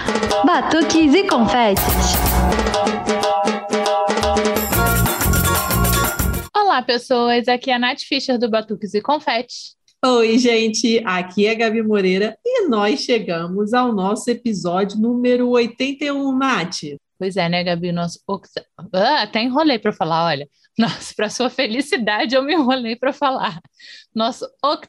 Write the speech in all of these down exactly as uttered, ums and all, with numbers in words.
Batuques e confetes. Olá, pessoas. Aqui é a Nath Fischer do Batuques e Confetes. Oi, gente. Aqui é a Gabi Moreira e nós chegamos ao nosso episódio número oitenta e um, Nath. Pois é, né, Gabi? Nosso... Ah, até enrolei para falar, olha. Nossa, para sua felicidade, eu me enrolei para falar. Nosso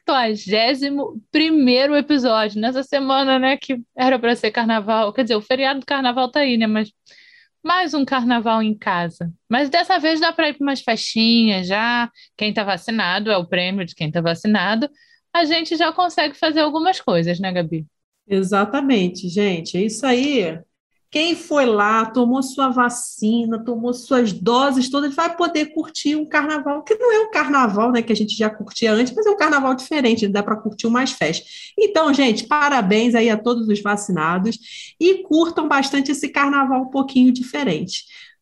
octogésimo primeiro episódio nessa semana, né? Que era para ser carnaval. Quer dizer, o feriado do carnaval tá aí, né? Mas mais um carnaval em casa. Mas dessa vez dá para ir para umas festinhas já. Quem tá vacinado é o prêmio de quem tá vacinado. A gente já consegue fazer algumas coisas, né, Gabi? Exatamente, gente. É isso aí. Quem foi lá, tomou sua vacina, tomou suas doses todas, vai poder curtir um carnaval, que não é um carnaval, né, que a gente já curtia antes, mas é um carnaval diferente, dá para curtir mais festa. Então, gente, parabéns aí a todos os vacinados e curtam bastante esse carnaval um pouquinho diferente.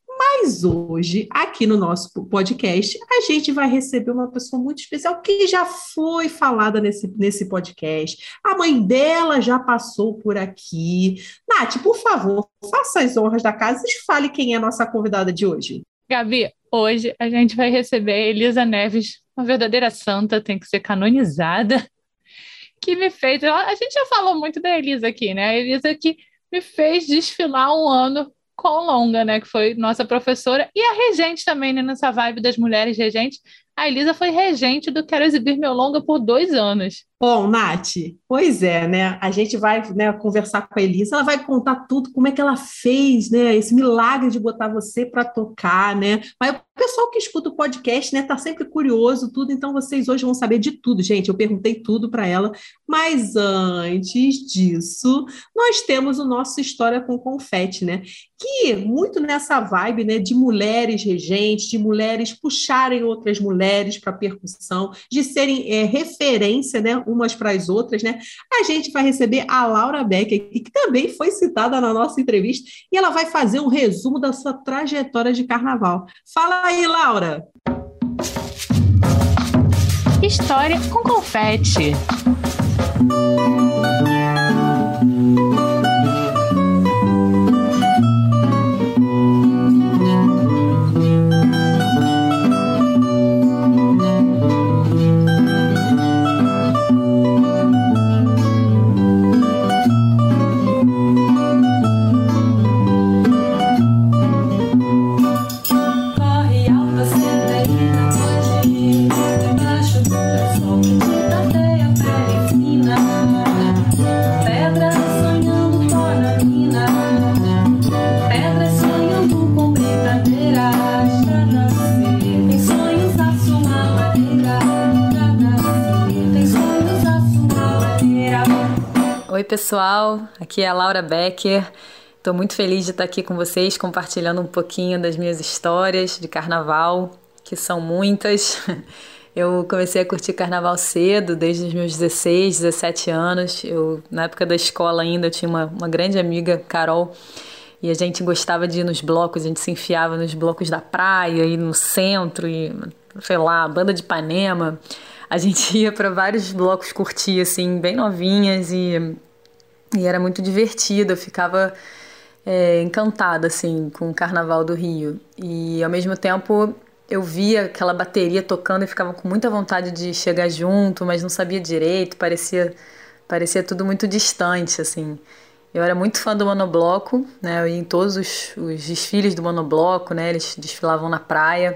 Mas hoje, aqui no nosso podcast, a gente vai receber uma pessoa muito especial que já foi falada nesse, nesse podcast. A mãe dela já passou por aqui. Nath, por favor, faça as honras da casa e fale quem é a nossa convidada de hoje. Gabi, hoje a gente vai receber a Elisa Neves, uma verdadeira santa, tem que ser canonizada, que me fez... A gente já falou muito da Elisa aqui, né? A Elisa que me fez desfilar um ano com longa, né, que foi nossa professora e a regente também, né, nessa vibe das mulheres regentes. A Elisa foi regente do Quero Exibir Meu Longa por dois anos. Bom, Nath, pois é, né, a gente vai, né, conversar com a Elisa, ela vai contar tudo, como é que ela fez, né, esse milagre de botar você para tocar, né, mas o pessoal que escuta o podcast, né, tá sempre curioso, tudo, então vocês hoje vão saber de tudo, gente, eu perguntei tudo para ela, mas antes disso, nós temos o nosso História com Confete, né, que muito nessa vibe, né, de mulheres regentes, de mulheres puxarem outras mulheres para percussão, de serem é, referência, né, umas para as outras, né? A gente vai receber a Laura Becker, que também foi citada na nossa entrevista, e ela vai fazer um resumo da sua trajetória de carnaval. Fala aí, Laura! História com Confete. Oi, pessoal, aqui é a Laura Becker. Estou muito feliz de estar aqui com vocês, compartilhando um pouquinho das minhas histórias de carnaval, que são muitas. Eu comecei a curtir carnaval cedo, desde os meus dezesseis, dezessete anos. Eu, na época da escola ainda, eu tinha uma, uma grande amiga, Carol, e a gente gostava de ir nos blocos, a gente se enfiava nos blocos da praia, e no centro, e sei lá, Banda de Ipanema. A gente ia para vários blocos curtir, assim, bem novinhas, e, e era muito divertido. Eu ficava é, encantada, assim, com o Carnaval do Rio. E, ao mesmo tempo, eu via aquela bateria tocando e ficava com muita vontade de chegar junto, mas não sabia direito, parecia, parecia tudo muito distante, assim. Eu era muito fã do monobloco, né? Eu ia em todos os, os desfiles do monobloco, né? Eles desfilavam na praia.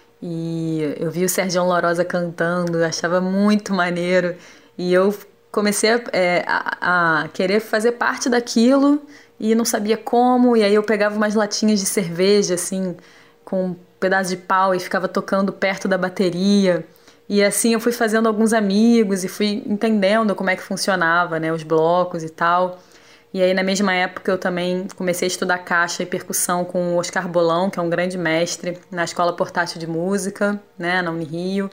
E eu vi o Sergião Lorosa cantando, achava muito maneiro. E eu comecei a, é, a, a querer fazer parte daquilo e não sabia como. E aí eu pegava umas latinhas de cerveja, assim, com um pedaço de pau e ficava tocando perto da bateria. E assim eu fui fazendo alguns amigos e fui entendendo como é que funcionava, né, os blocos e tal. E aí na mesma época eu também comecei a estudar caixa e percussão com o Oscar Bolão, que é um grande mestre na Escola Portátil de Música, né, na Unirio.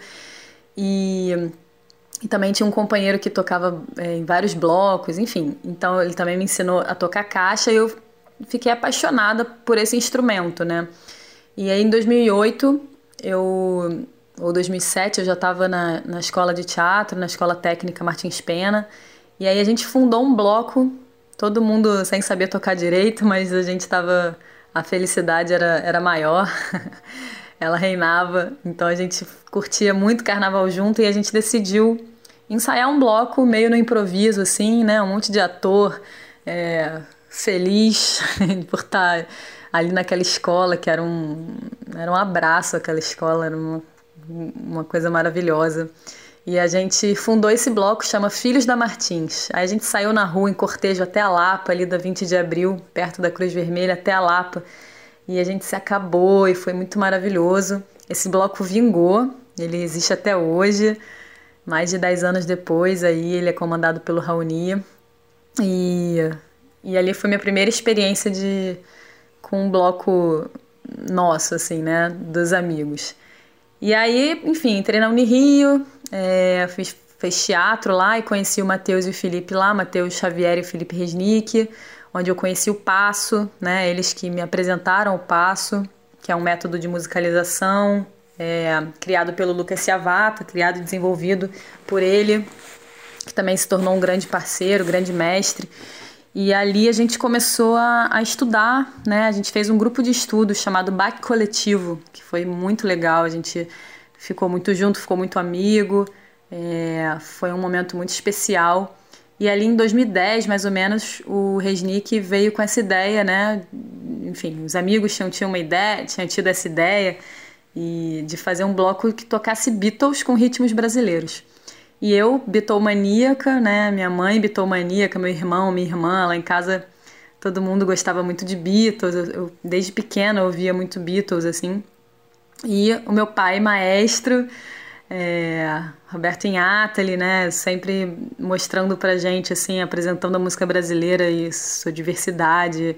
E, e também tinha um companheiro que tocava é, em vários blocos, enfim. Então ele também me ensinou a tocar caixa e eu fiquei apaixonada por esse instrumento, né. E aí em dois mil e oito, eu, ou dois mil e sete, eu já estava na, na escola de teatro, na Escola Técnica Martins Pena. E aí a gente fundou um bloco todo mundo sem saber tocar direito, mas a gente tava... A felicidade era, era maior, ela reinava, então a gente curtia muito carnaval junto e a gente decidiu ensaiar um bloco meio no improviso, assim, né? Um monte de ator é, feliz por estar ali naquela escola, que era um, era um abraço aquela escola, era uma, uma coisa maravilhosa. E a gente fundou esse bloco, chama Filhos da Martins. Aí a gente saiu na rua em cortejo até a Lapa, ali da vinte de abril, perto da Cruz Vermelha, até a Lapa. E a gente se acabou e foi muito maravilhoso. Esse bloco vingou, ele existe até hoje, mais de dez anos depois, aí ele é comandado pelo Raoni. E, e ali foi minha primeira experiência de, com um bloco nosso, assim, né, dos amigos. E aí, enfim, entrei na Unirio, é, fiz, fiz teatro lá e conheci o Matheus e o Felipe lá, Matheus Xavier e o Felipe Resnick, onde eu conheci o Passo, né, eles que me apresentaram o Passo, que é um método de musicalização é, criado pelo Lucas Ciavatta, criado e desenvolvido por ele, que também se tornou um grande parceiro, grande mestre. E ali a gente começou a, a estudar, né? A gente fez um grupo de estudos chamado Baque Coletivo, que foi muito legal, a gente ficou muito junto, ficou muito amigo, é, foi um momento muito especial. E ali em dois mil e dez, mais ou menos, o Resnick veio com essa ideia, né? Enfim, os amigos tinham, tinham uma ideia, tinham tido essa ideia e de fazer um bloco que tocasse Beatles com ritmos brasileiros. E eu, bitomaníaca, né? Minha mãe, bitomaníaca, meu irmão, minha irmã, lá em casa todo mundo gostava muito de Beatles. Eu, eu, desde pequena eu ouvia muito Beatles, assim. E o meu pai, maestro, é, Roberto Inhatali, né? Sempre mostrando pra gente, assim, apresentando a música brasileira e sua diversidade.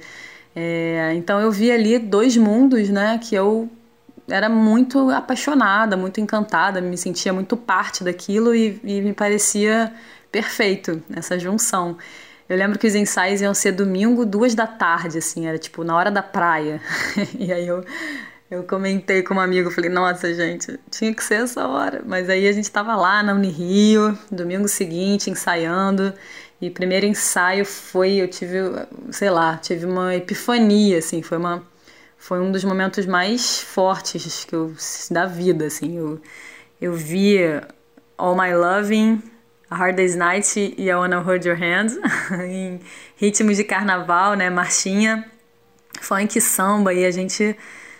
É, então eu vi ali dois mundos, né? Que eu era muito apaixonada, muito encantada, me sentia muito parte daquilo e, e me parecia perfeito essa junção. Eu lembro que os ensaios iam ser domingo, duas da tarde, assim, era tipo na hora da praia. E aí eu, eu comentei com um amigo, falei, nossa, gente, tinha que ser essa hora. Mas aí a gente tava lá na Unirio, domingo seguinte, ensaiando. E o primeiro ensaio foi, eu tive, sei lá, tive uma epifania, assim, foi uma... Foi um dos momentos mais fortes que eu, da vida, assim. Eu, eu vi All My Loving, A Hard Day's Night e I Wanna Hold Your Hand em ritmos de carnaval, né? Marchinha, funk, samba. E a gente...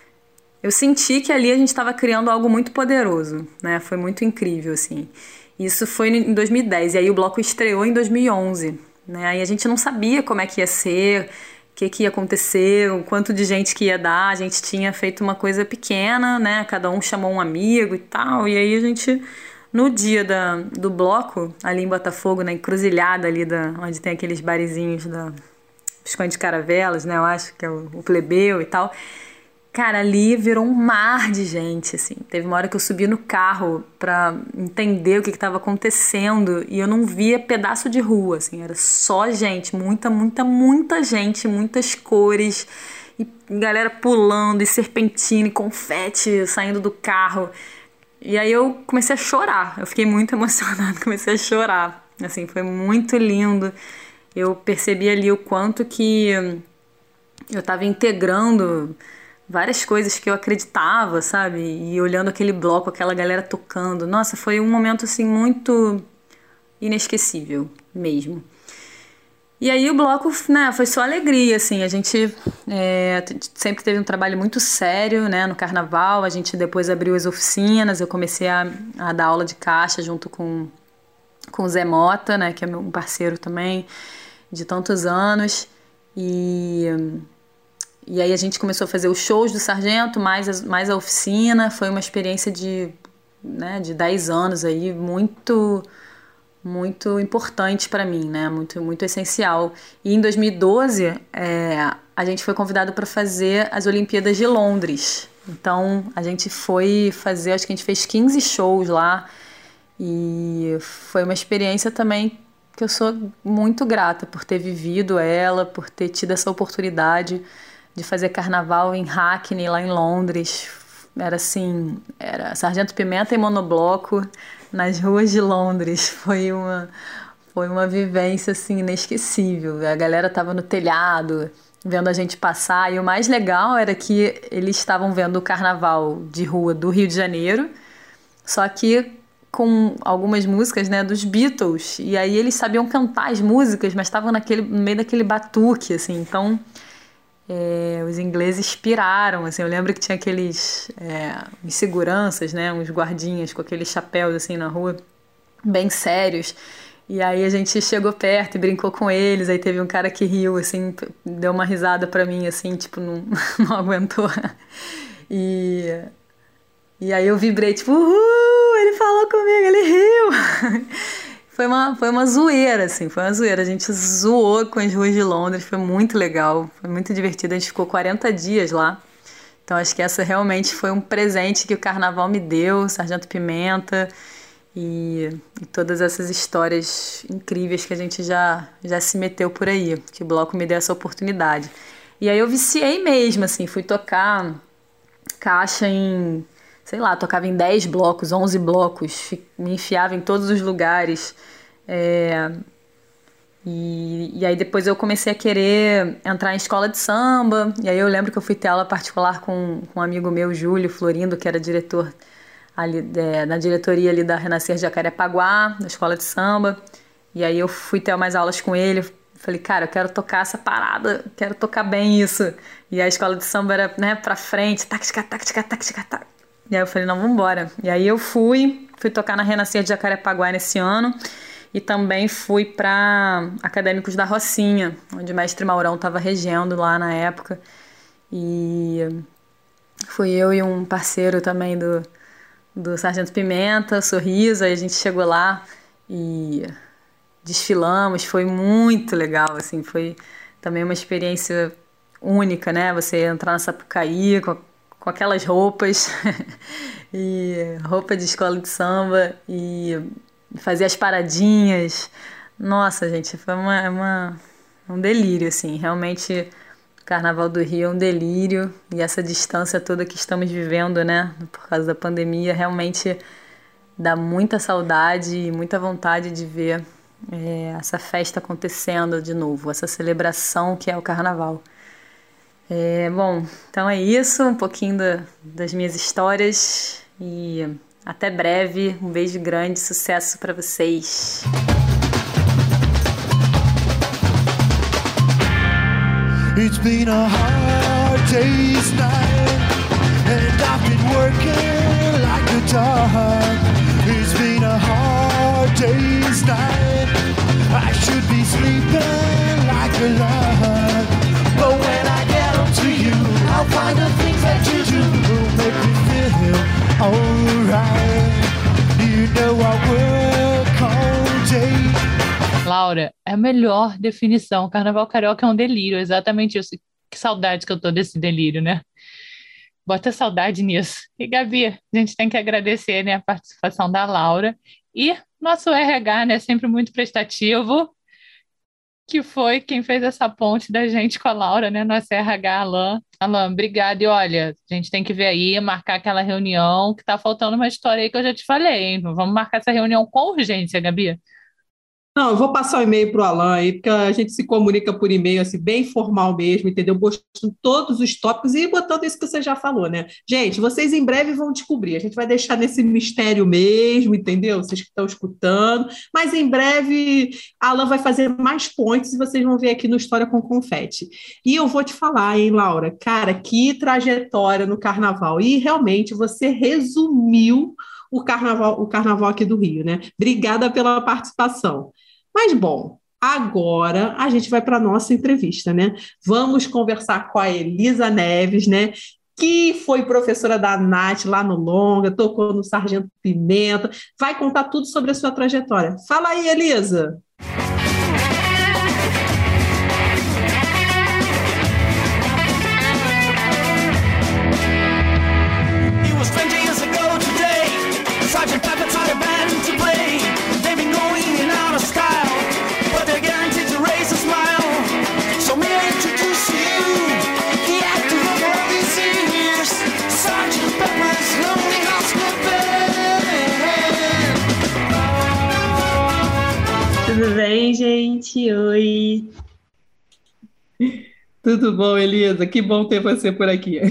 Eu senti que ali a gente estava criando algo muito poderoso, né? Foi muito incrível, assim. Isso foi em dois mil e dez. E aí o bloco estreou em dois mil e onze, né? Aí a gente não sabia como é que ia ser... o que, que ia acontecer, o quanto de gente que ia dar. A gente tinha feito uma coisa pequena, né? Cada um chamou um amigo e tal. E aí a gente, no dia da, do bloco, ali em Botafogo, na encruzilhada ali, da, onde tem aqueles barizinhos da Visconde de Caravelas, né? Eu acho que é o, o Plebeu e tal. Cara, ali virou um mar de gente, assim. Teve uma hora que eu subi no carro pra entender o que estava acontecendo e eu não via pedaço de rua, assim. Era só gente, muita, muita, muita gente, muitas cores. E galera pulando, e serpentina, e confete saindo do carro. E aí eu comecei a chorar. Eu fiquei muito emocionada, comecei a chorar. Assim, foi muito lindo. Eu percebi ali o quanto que eu estava integrando... várias coisas que eu acreditava, sabe? E olhando aquele bloco, aquela galera tocando. Nossa, foi um momento, assim, muito inesquecível mesmo. E aí o bloco, né, foi só alegria, assim. A gente é, sempre teve um trabalho muito sério, né, no carnaval. A gente depois abriu as oficinas. Eu comecei a, a dar aula de caixa junto com, com o Zé Mota, né, que é meu parceiro também de tantos anos. E... E aí a gente começou a fazer os shows do Sargento, mais a, mais a oficina. Foi uma experiência de, né, de dez anos aí, muito, muito importante para mim, né? Muito, muito essencial. E em dois mil e doze, é, a gente foi convidado para fazer as Olimpíadas de Londres. Então a gente foi fazer, acho que a gente fez quinze shows lá. E foi uma experiência também que eu sou muito grata por ter vivido ela, por ter tido essa oportunidade de fazer carnaval em Hackney, lá em Londres. Era assim, era Sargento Pimenta e monobloco nas ruas de Londres. Foi uma, Foi uma vivência, assim, inesquecível. A galera tava no telhado, vendo a gente passar. E o mais legal era que eles estavam vendo o carnaval de rua do Rio de Janeiro, só que com algumas músicas, né, dos Beatles. E aí eles sabiam cantar as músicas, mas estavam naquele, no meio daquele batuque, assim. Então, é, os ingleses piraram, assim. Eu lembro que tinha aqueles é, uns seguranças, né, uns guardinhas com aqueles chapéus, assim, na rua, bem sérios. E aí a gente chegou perto e brincou com eles. Aí teve um cara que riu, assim, deu uma risada pra mim, assim, tipo, não, não aguentou. E, e aí eu vibrei, tipo, uhul, ele falou comigo, ele riu. Foi uma, foi uma zoeira, assim, foi uma zoeira. A gente zoou com as ruas de Londres, foi muito legal, foi muito divertido. A gente ficou quarenta dias lá. Então acho que essa realmente foi um presente que o carnaval me deu, Sargento Pimenta. E, e todas essas histórias incríveis que a gente já, já se meteu por aí, que o bloco me deu essa oportunidade. E aí eu viciei mesmo, assim, fui tocar caixa em, sei lá, tocava em dez blocos, onze blocos, me enfiava em todos os lugares. É, e, e aí depois eu comecei a querer entrar em escola de samba, e aí eu lembro que eu fui ter aula particular com, com um amigo meu, Júlio Florindo, que era diretor ali, é, na diretoria ali da Renascer Jacarepaguá, da escola de samba. E aí eu fui ter umas aulas com ele. Falei, cara, eu quero tocar essa parada, quero tocar bem isso. E a escola de samba era, né, pra frente, tac, tac, tac, tac, tac, tac, tac. E aí eu falei, não, vambora. E aí eu fui, fui tocar na Renascer de Jacarepaguá nesse ano. E também fui para Acadêmicos da Rocinha, onde o mestre Maurão estava regendo lá na época. E fui eu e um parceiro também do do Sargento Pimenta, Sorriso. Aí a gente chegou lá e desfilamos, foi muito legal, assim, foi também uma experiência única, né, você entrar na Sapucaí com, com aquelas roupas, e roupa de escola de samba, e fazer as paradinhas. Nossa, gente, foi uma, uma, um delírio, assim, realmente. Carnaval do Rio é um delírio, e essa distância toda que estamos vivendo, né, por causa da pandemia, realmente dá muita saudade e muita vontade de ver é, essa festa acontecendo de novo, essa celebração que é o Carnaval. É, bom, então é isso, um pouquinho da, das minhas histórias, e até breve, um beijo grande, sucesso para vocês! It's been a hard day's night, and I've been working like a dog. It's been a hard day's night, I should be sleeping like a log. But when I get up to you, I'll find the things that you do will make me feel alright. You know I work all day. Laura, é a melhor definição. O Carnaval Carioca é um delírio, exatamente isso. Que saudade que eu tô desse delírio, né? Bota saudade nisso. E, Gabi, a gente tem que agradecer, né, a participação da Laura. E nosso R H, né, sempre muito prestativo, que foi quem fez essa ponte da gente com a Laura, né, nosso R H, Alain. Alain, obrigada. E olha, a gente tem que ver aí, marcar aquela reunião, que tá faltando uma história aí que eu já te falei, hein? Vamos marcar essa reunião com urgência, Gabi. Não, eu vou passar o e-mail para o Alan aí, porque a gente se comunica por e-mail, assim, bem formal mesmo, entendeu? Postando todos os tópicos e botando isso que você já falou, né? Gente, vocês em breve vão descobrir, a gente vai deixar nesse mistério mesmo, entendeu? Vocês que estão escutando, mas em breve a Alan vai fazer mais pontes e vocês vão ver aqui no História com Confete. E eu vou te falar, hein, Laura? Cara, que trajetória no Carnaval. E realmente você resumiu o carnaval, o carnaval aqui do Rio, né? Obrigada pela participação. Mas, bom, agora a gente vai para a nossa entrevista, né? Vamos conversar com a Elisa Neves, né? Que foi professora da Nath lá no Longa, tocou no Sargento Pimenta, vai contar tudo sobre a sua trajetória. Fala aí, Elisa! Tudo gente. Oi. Tudo bom, Elisa? Que bom ter você por aqui.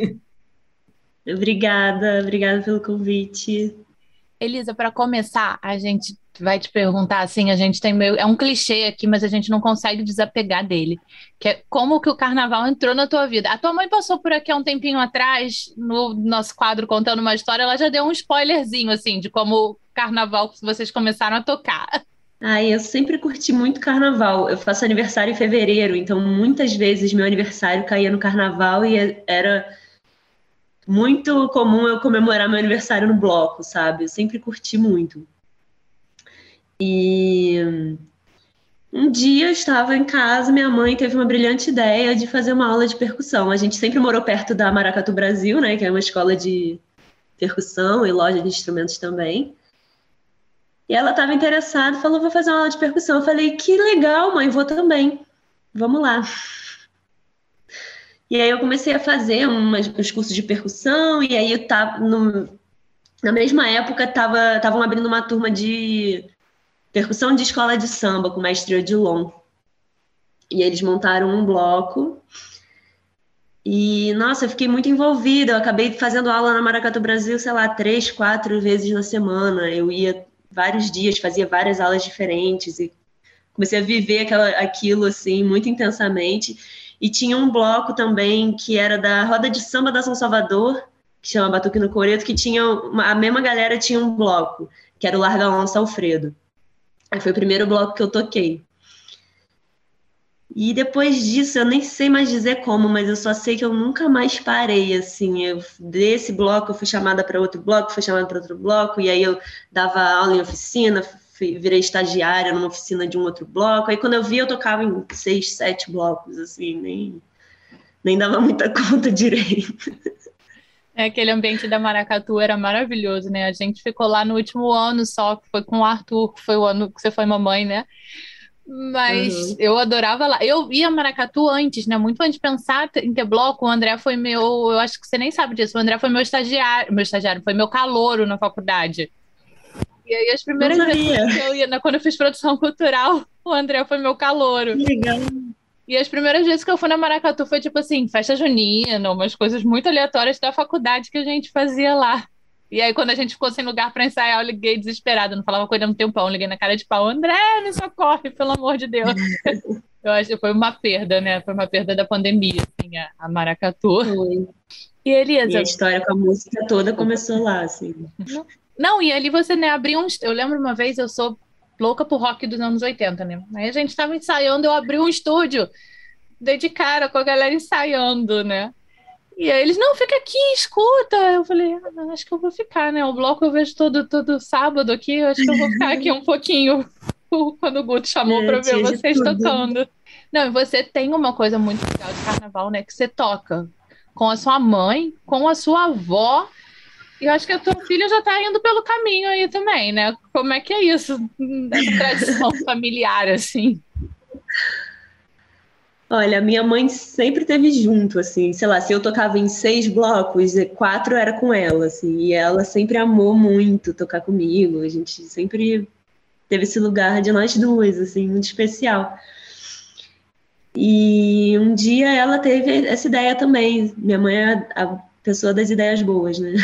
Obrigada, obrigada pelo convite. Elisa, para começar, a gente vai te perguntar assim, a gente tem meio, é um clichê aqui, mas a gente não consegue desapegar dele, que é como que o carnaval entrou na tua vida. A tua mãe passou por aqui há um tempinho atrás, no nosso quadro Contando uma História, ela já deu um spoilerzinho, assim, de como o carnaval vocês começaram a tocar. Ai, eu sempre curti muito carnaval. Eu faço aniversário em fevereiro, então muitas vezes meu aniversário caía no carnaval e era muito comum eu comemorar meu aniversário no bloco, sabe? Eu sempre curti muito. E um dia eu estava em casa, minha mãe teve uma brilhante ideia de fazer uma aula de percussão. A gente sempre morou perto da Maracatu Brasil, né? Que é uma escola de percussão e loja de instrumentos também. E ela estava interessada, falou, vou fazer uma aula de percussão. Eu falei, que legal, mãe, vou também. Vamos lá. E aí eu comecei a fazer umas, uns cursos de percussão, e aí eu tava, no, na mesma época, estavam abrindo uma turma de percussão de escola de samba, com o mestre Odilon. E eles montaram um bloco. E, nossa, eu fiquei muito envolvida. Eu acabei fazendo aula na Maracatu Brasil, sei lá, três, quatro vezes na semana. Eu ia vários dias, fazia várias aulas diferentes e comecei a viver aquela, aquilo, assim, muito intensamente. E tinha um bloco também que era da Roda de Samba da São Salvador, que chama Batuque no Coreto, que tinha uma, a mesma galera tinha um bloco, que era o Larga Onça Alfredo. Aí foi o primeiro bloco que eu toquei. E depois disso, eu nem sei mais dizer como, mas eu só sei que eu nunca mais parei, assim. Eu, desse bloco, eu fui chamada para outro bloco, fui chamada para outro bloco, e aí eu dava aula em oficina, fui, virei estagiária numa oficina de um outro bloco. Aí quando eu vi, eu tocava em seis, sete blocos, assim, nem, nem dava muita conta direito. É, aquele ambiente da Maracatu era maravilhoso, né? A gente ficou lá no último ano só, que foi com o Arthur, que foi o ano que você foi mamãe, né? Mas uhum. Eu adorava lá. Eu ia a Maracatu antes, né? Muito antes de pensar em ter bloco. O André foi meu. Eu acho que você nem sabe disso. O André foi meu estagiário. Meu estagiário foi meu calouro na faculdade. E aí, as primeiras vezes que eu ia, né, quando eu fiz produção cultural, o André foi meu calouro. Legal. E as primeiras vezes que eu fui na Maracatu foi tipo assim, festa junina, umas coisas muito aleatórias da faculdade que a gente fazia lá. E aí, quando a gente ficou sem lugar para ensaiar, eu liguei desesperada, não falava com ele há um tempão, liguei na cara de pau, André, me socorre, pelo amor de Deus. Eu acho que foi uma perda, né? Foi uma perda da pandemia, assim, a, a Maracatu. Foi. E Elisa... E a história com a música toda começou lá, assim. Não, não e ali você, né, abriu um... Eu lembro uma vez, eu sou louca por rock dos anos oitenta, né? Aí a gente tava ensaiando, eu abri um estúdio, dei de cara com a galera ensaiando, né? E aí eles, não, fica aqui, escuta. Eu falei, ah, acho que eu vou ficar, né? O bloco eu vejo todo, todo sábado aqui, eu acho que eu vou ficar aqui um pouquinho quando o Guto chamou é, para ver vocês tocando. Não, e você tem uma coisa muito legal de carnaval, né? Que você toca com a sua mãe, com a sua avó, e eu acho que a tua filha já tá indo pelo caminho aí também, né? Como é que é isso? Essa tradição familiar, assim. Olha, minha mãe sempre teve junto, assim, sei lá, se eu tocava em seis blocos, quatro era com ela, assim, e ela sempre amou muito tocar comigo, a gente sempre teve esse lugar de nós duas, assim, muito especial. E um dia ela teve essa ideia também, minha mãe é a pessoa das ideias boas, né?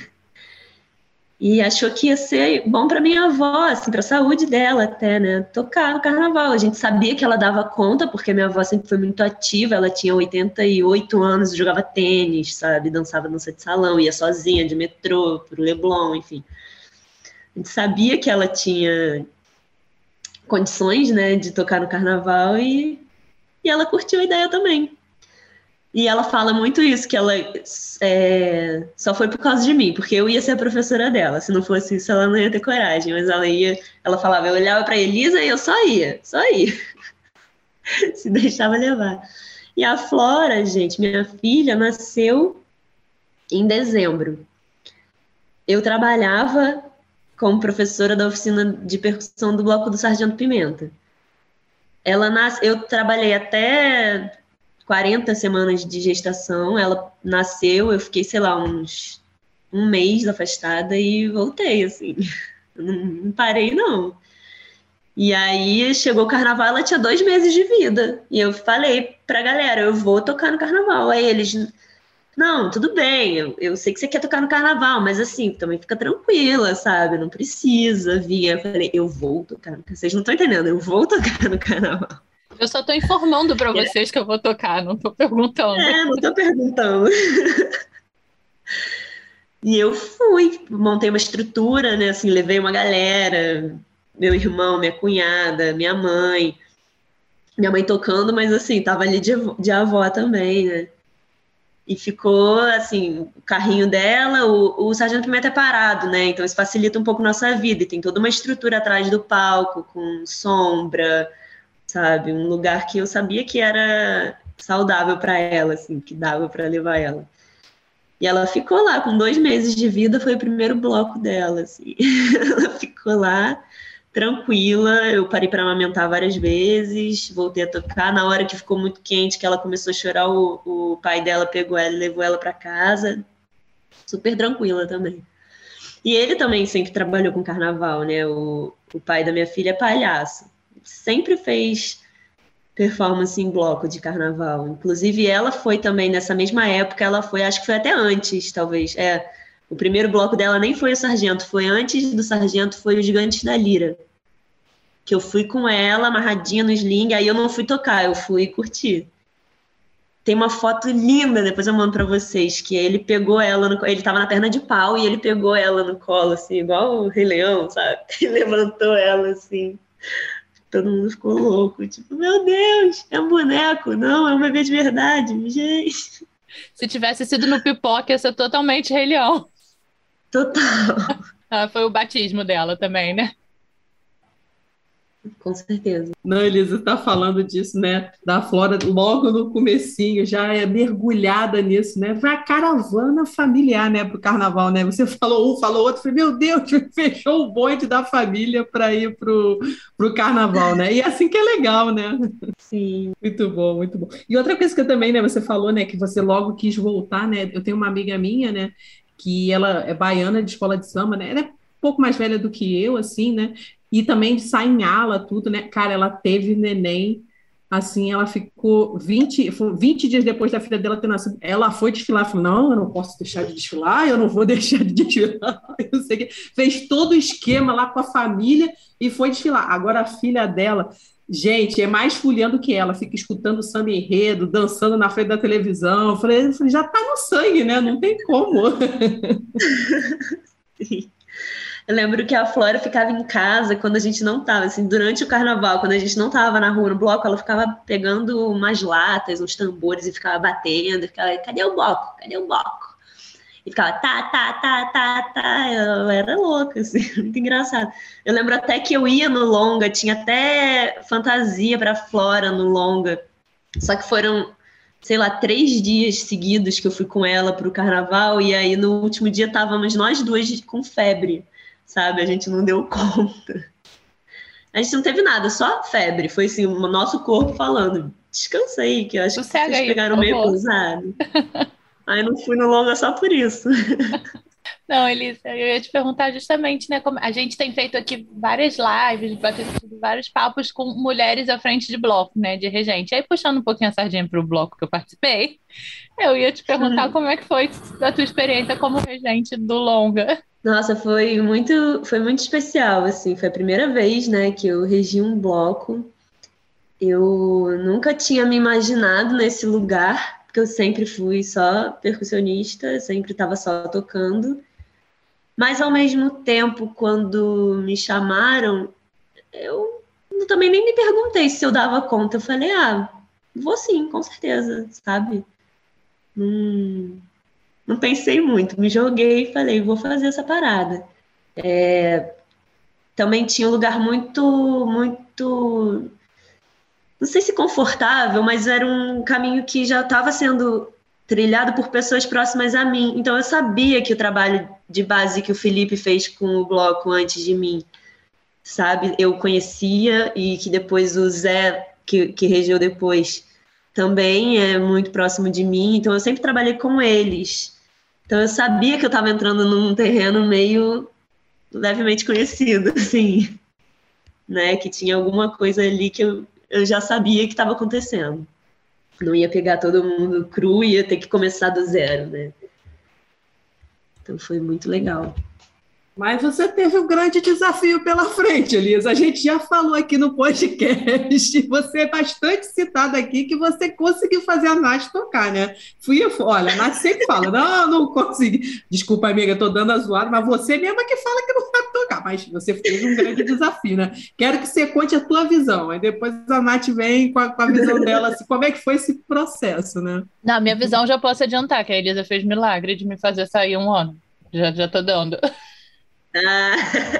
E achou que ia ser bom para minha avó, assim, para a saúde dela até, né? Tocar no carnaval. A gente sabia que ela dava conta, porque minha avó sempre foi muito ativa. Ela tinha oitenta e oito anos, jogava tênis, sabe? Dançava dança de salão, ia sozinha de metrô pro Leblon, enfim. A gente sabia que ela tinha condições, né, de tocar no carnaval e, e ela curtiu a ideia também. E ela fala muito isso, que ela é, só foi por causa de mim, porque eu ia ser a professora dela. Se não fosse isso, ela não ia ter coragem. Mas ela ia, ela falava, eu olhava para Elisa e eu só ia, só ia. Se deixava levar. E a Flora, gente, minha filha, nasceu em dezembro. Eu trabalhava como professora da oficina de percussão do Bloco do Sargento Pimenta. Ela nasce, eu trabalhei até quarenta semanas de gestação, ela nasceu, eu fiquei, sei lá, uns um mês afastada e voltei, assim. Eu não, não parei, não. E aí chegou o carnaval, ela tinha dois meses de vida. E eu falei pra galera, eu vou tocar no carnaval. Aí eles, não, tudo bem, eu, eu sei que você quer tocar no carnaval, mas assim, também fica tranquila, sabe? Não precisa vir. Eu falei, eu vou tocar no carnaval. Vocês não estão entendendo, eu vou tocar no carnaval. Eu só tô informando pra vocês que eu vou tocar, não tô perguntando. É, não tô perguntando. E eu fui, montei uma estrutura, né? Assim, levei uma galera, meu irmão, minha cunhada, minha mãe. Minha mãe tocando, mas assim, tava ali de, de avó também, né? E ficou, assim, o carrinho dela, o, o Sargento Pimenta é parado, né? Então isso facilita um pouco a nossa vida. E tem toda uma estrutura atrás do palco, com sombra, sabe? Um lugar que eu sabia que era saudável para ela, assim, que dava para levar ela. E ela ficou lá, com dois meses de vida, foi o primeiro bloco dela, assim. Ela ficou lá, tranquila, eu parei para amamentar várias vezes, voltei a tocar. Na hora que ficou muito quente, que ela começou a chorar, o, o pai dela pegou ela e levou ela para casa. Super tranquila também. E ele também sempre trabalhou com carnaval, né? O, o pai da minha filha é palhaço. Sempre fez performance em bloco de carnaval. Inclusive, ela foi também nessa mesma época, ela foi, acho que foi até antes, talvez. É, o primeiro bloco dela nem foi o Sargento, foi antes do Sargento, foi o Gigantes da Lira. Que eu fui com ela, amarradinha no sling, aí eu não fui tocar, eu fui curtir. Tem uma foto linda, depois eu mando pra vocês, que ele pegou ela, no, ele tava na perna de pau e ele pegou ela no colo, assim, igual o Rei Leão, sabe? E levantou ela, assim. Todo mundo ficou louco, tipo, meu Deus, é um boneco, não, é um bebê de verdade, gente. Se tivesse sido no Pipoca, ia ser totalmente Rei Leão. Total. Ah, foi o batismo dela também, né? Com certeza. Não, Elisa, está falando disso, né? Da Flora logo no comecinho, já é mergulhada nisso, né? Vai a caravana familiar, né? Para o carnaval, né? Você falou um, falou outro, falei, meu Deus, fechou o bonde da família para ir pro, pro carnaval, né? E assim que é legal, né? Sim. Muito bom, muito bom. E outra coisa que eu também, né? Você falou, né? Que você logo quis voltar, né? Eu tenho uma amiga minha, né? Que ela é baiana de escola de samba, né? Ela é um pouco mais velha do que eu, assim, né? E também sai em ala, tudo, né? Cara, ela teve neném, assim, ela ficou vinte, vinte dias depois da filha dela ter nascido. Ela foi desfilar, falou, não, eu não posso deixar de desfilar, eu não vou deixar de desfilar. Eu sei que fez todo o esquema lá com a família e foi desfilar. Agora a filha dela, gente, é mais fulhando que ela, fica escutando samba enredo, dançando na frente da televisão. Eu falei, eu falei, já tá no sangue, né? Não tem como. Sim. Eu lembro que a Flora ficava em casa quando a gente não tava, assim, durante o carnaval, quando a gente não tava na rua, no bloco, ela ficava pegando umas latas, uns tambores e ficava batendo, e ficava, cadê o bloco? Cadê o bloco? E ficava, tá, tá, tá, tá, tá, eu era louca, assim, muito engraçado. Eu lembro até que eu ia no longa, tinha até fantasia pra Flora no longa, só que foram, sei lá, três dias seguidos que eu fui com ela pro carnaval, e aí no último dia estávamos nós duas com febre. Sabe, a gente não deu conta. A gente não teve nada, só febre. Foi assim, o nosso corpo falando, descansa aí, que eu acho Sossega que vocês aí, pegaram por meio favor. pesado. Aí não fui no longa só por isso. Não, Elisa, eu ia te perguntar justamente, né, como a gente tem feito aqui várias lives, batido vários papos com mulheres à frente de bloco, né, de regente. Aí, puxando um pouquinho a sardinha para o bloco que eu participei, eu ia te perguntar Uhum. como é que foi a tua experiência como regente do longa. Nossa, foi muito, foi muito especial, assim. Foi a primeira vez, né, que eu regi um bloco. Eu nunca tinha me imaginado nesse lugar, porque eu sempre fui só percussionista, sempre estava só tocando. Mas, ao mesmo tempo, quando me chamaram, eu também nem me perguntei se eu dava conta. Eu falei, ah, vou sim, com certeza, sabe? Hum, não pensei muito, me joguei e falei, vou fazer essa parada. É, também tinha um lugar muito, muito, não sei se confortável, mas era um caminho que já estava sendo trilhado por pessoas próximas a mim. Então eu sabia que o trabalho de base que o Felipe fez com o bloco antes de mim, sabe, eu conhecia, e que depois o Zé, que, que regeu depois, também é muito próximo de mim, então eu sempre trabalhei com eles. Então eu sabia que eu estava entrando num terreno meio levemente conhecido, assim. né? Que tinha alguma coisa ali que eu, eu já sabia que estava acontecendo. Não ia pegar todo mundo cru, ia ter que começar do zero, né? Então foi muito legal. Mas você teve um grande desafio pela frente, Elisa. A gente já falou aqui no podcast, você é bastante citada aqui, que você conseguiu fazer a Nath tocar, né? Fui, olha, a Nath sempre fala, não, não consegui. Desculpa, amiga, estou dando a zoada, mas você mesma que fala que não sabe tocar. Mas você fez um grande desafio, né? Quero que você conte a tua visão. Aí depois a Nath vem com a, com a visão dela, assim, como é que foi esse processo, né? Na minha visão, já posso adiantar que a Elisa fez milagre de me fazer sair um ano. Já, já tô dando. Ah,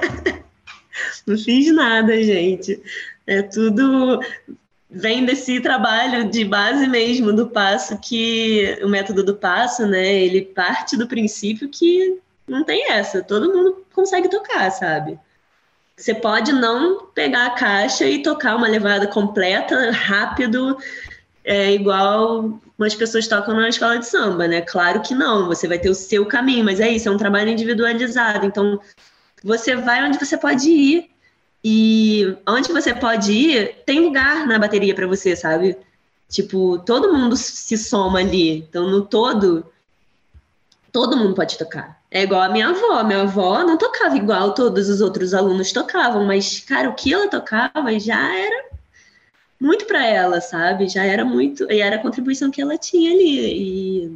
não fiz nada, gente. É tudo vem desse trabalho de base mesmo do passo, que o método do passo, né? Ele parte do princípio que não tem essa, todo mundo consegue tocar, sabe? Você pode não pegar a caixa e tocar uma levada completa, rápido, é igual umas pessoas tocam na escola de samba, né? Claro que não, você vai ter o seu caminho, mas é isso, é um trabalho individualizado. Então, você vai onde você pode ir. E onde você pode ir, tem lugar na bateria para você, sabe? Tipo, todo mundo se soma ali. Então, no todo, todo mundo pode tocar. É igual a minha avó. Minha avó não tocava igual todos os outros alunos tocavam, mas, cara, o que ela tocava já era muito para ela, sabe? Já era muito, e era a contribuição que ela tinha ali. E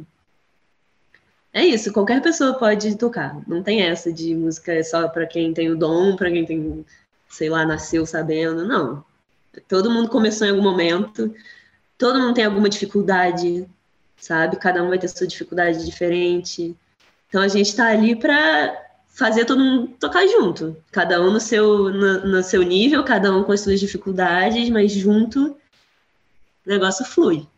é isso, qualquer pessoa pode tocar. Não tem essa de música é só para quem tem o dom, para quem tem, sei lá, nasceu sabendo. Não. Todo mundo começou em algum momento. Todo mundo tem alguma dificuldade, sabe? Cada um vai ter sua dificuldade diferente. Então a gente está ali para fazer todo mundo tocar junto. Cada um no seu, no, no seu nível, cada um com as suas dificuldades, mas junto o negócio flui.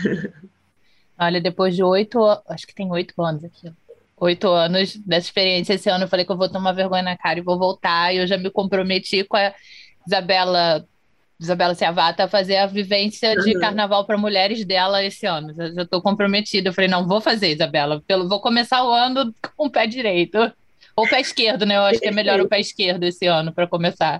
Olha, depois de oito, acho que tem oito anos aqui, oito anos dessa experiência, esse ano eu falei que eu vou tomar vergonha na cara e vou voltar, e eu já me comprometi com a Isabela, Isabela Ciavata a fazer a vivência de Uhum. carnaval para mulheres dela esse ano. Eu já estou comprometida. Eu falei, não, vou fazer, Isabela, pelo, vou começar o ano com o pé direito. Ou pé esquerdo, né? Eu acho que é melhor o pé esquerdo esse ano para começar.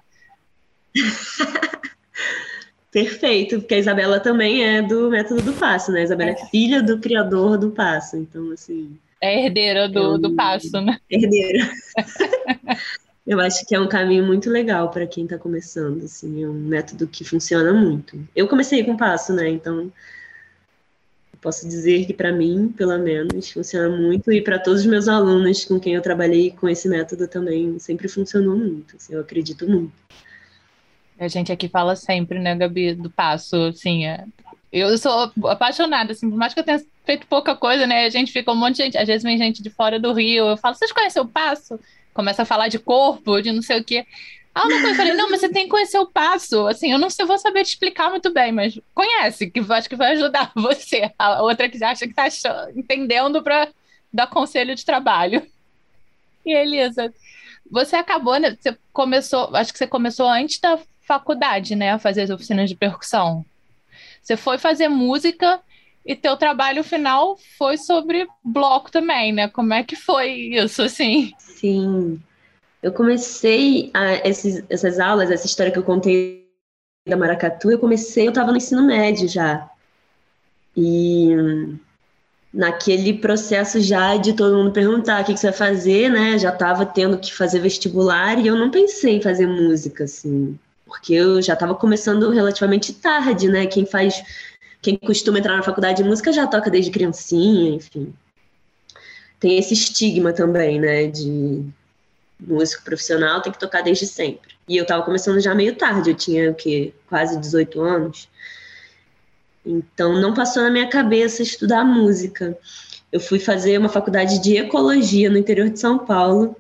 Perfeito, porque a Isabela também é do método do passo, né? A Isabela é filha do criador do passo, então, assim... É herdeira do, é um... do passo, né? Herdeira. Eu acho que é um caminho muito legal para quem está começando, assim, é um método que funciona muito. Eu comecei com passo, né? Então, eu posso dizer que para mim, pelo menos, funciona muito, e para todos os meus alunos com quem eu trabalhei com esse método também sempre funcionou muito, assim, eu acredito muito. A gente aqui fala sempre, né, Gabi, do passo, assim, é... eu sou apaixonada, assim, por mais que eu tenha feito pouca coisa, né, a gente fica um monte de gente, às vezes vem gente de fora do Rio, eu falo, vocês conhecem o passo? Começa a falar de corpo, de não sei o quê. Ah, eu não conheço. Eu falei, não, mas você tem que conhecer o passo, assim, eu não sei, vou saber te explicar muito bem, mas conhece, que acho que vai ajudar você, a outra que acha que tá achando, entendendo para dar conselho de trabalho. E Elisa, você acabou, né, você começou, acho que você começou antes da faculdade, né, a fazer as oficinas de percussão. Você foi fazer música e teu trabalho final foi sobre bloco também, né? Como é que foi isso, assim? Sim, eu comecei a, esses, essas aulas, essa história que eu contei da maracatu, eu comecei, eu estava no ensino médio já. E naquele processo já de todo mundo perguntar o que, que você vai fazer, né? Já estava tendo que fazer vestibular e eu não pensei em fazer música, assim. Porque eu já estava começando relativamente tarde, né? Quem faz, quem costuma entrar na faculdade de música já toca desde criancinha, enfim. Tem esse estigma também, né? De músico profissional tem que tocar desde sempre. E eu estava começando já meio tarde, eu tinha o quê? Quase dezoito anos. Então não passou na minha cabeça estudar música. Eu fui fazer uma faculdade de ecologia no interior de São Paulo.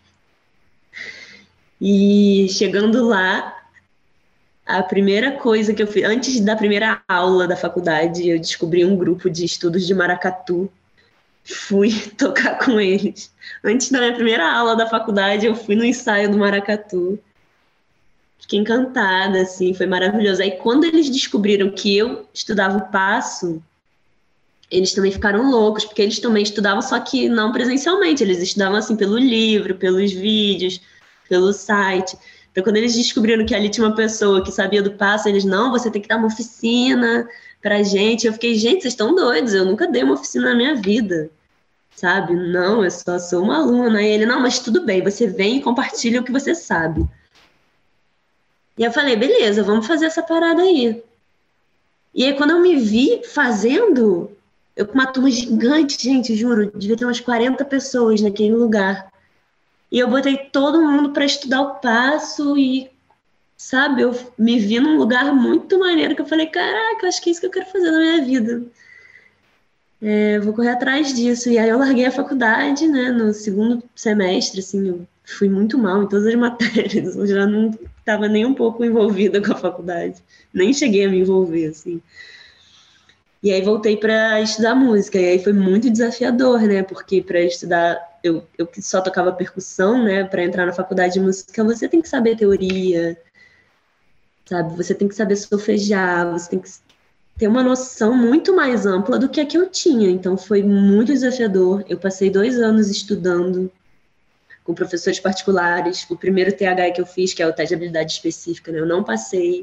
E chegando lá, a primeira coisa que eu fiz, antes da primeira aula da faculdade, eu descobri um grupo de estudos de maracatu. Fui tocar com eles. Antes da minha primeira aula da faculdade, eu fui no ensaio do maracatu. Fiquei encantada, assim, foi maravilhoso. Aí, quando eles descobriram que eu estudava o passo, eles também ficaram loucos, porque eles também estudavam, só que não presencialmente. Eles estudavam, assim, pelo livro, pelos vídeos, pelo site. Então, quando eles descobriram que ali tinha uma pessoa que sabia do passo, eles, não, você tem que dar uma oficina pra gente. Eu fiquei, gente, vocês estão doidos, eu nunca dei uma oficina na minha vida, sabe? Não, eu só sou uma aluna. Aí ele, não, mas tudo bem, você vem e compartilha o que você sabe. E eu falei, beleza, vamos fazer essa parada aí. E aí, quando eu me vi fazendo, eu com uma turma gigante, gente, juro, devia ter umas quarenta pessoas naquele lugar. E eu botei todo mundo para estudar o passo e, sabe, eu me vi num lugar muito maneiro que eu falei, caraca, acho que é isso que eu quero fazer na minha vida. É, vou correr atrás disso. E aí eu larguei a faculdade, né, no segundo semestre, assim, eu fui muito mal em todas as matérias, eu já não estava nem um pouco envolvida com a faculdade, nem cheguei a me envolver, assim. E aí voltei para estudar música, e aí foi muito desafiador, né, porque para estudar, eu, eu que só tocava percussão, né, para entrar na faculdade de música, você tem que saber teoria, sabe, você tem que saber solfejar, você tem que ter uma noção muito mais ampla do que a que eu tinha, então foi muito desafiador. Eu passei dois anos estudando com professores particulares. O primeiro T H que eu fiz, que é o teste de habilidade específica, né, eu não passei.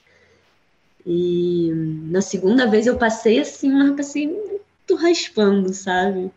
E na segunda vez eu passei assim, mas passei muito raspando, sabe?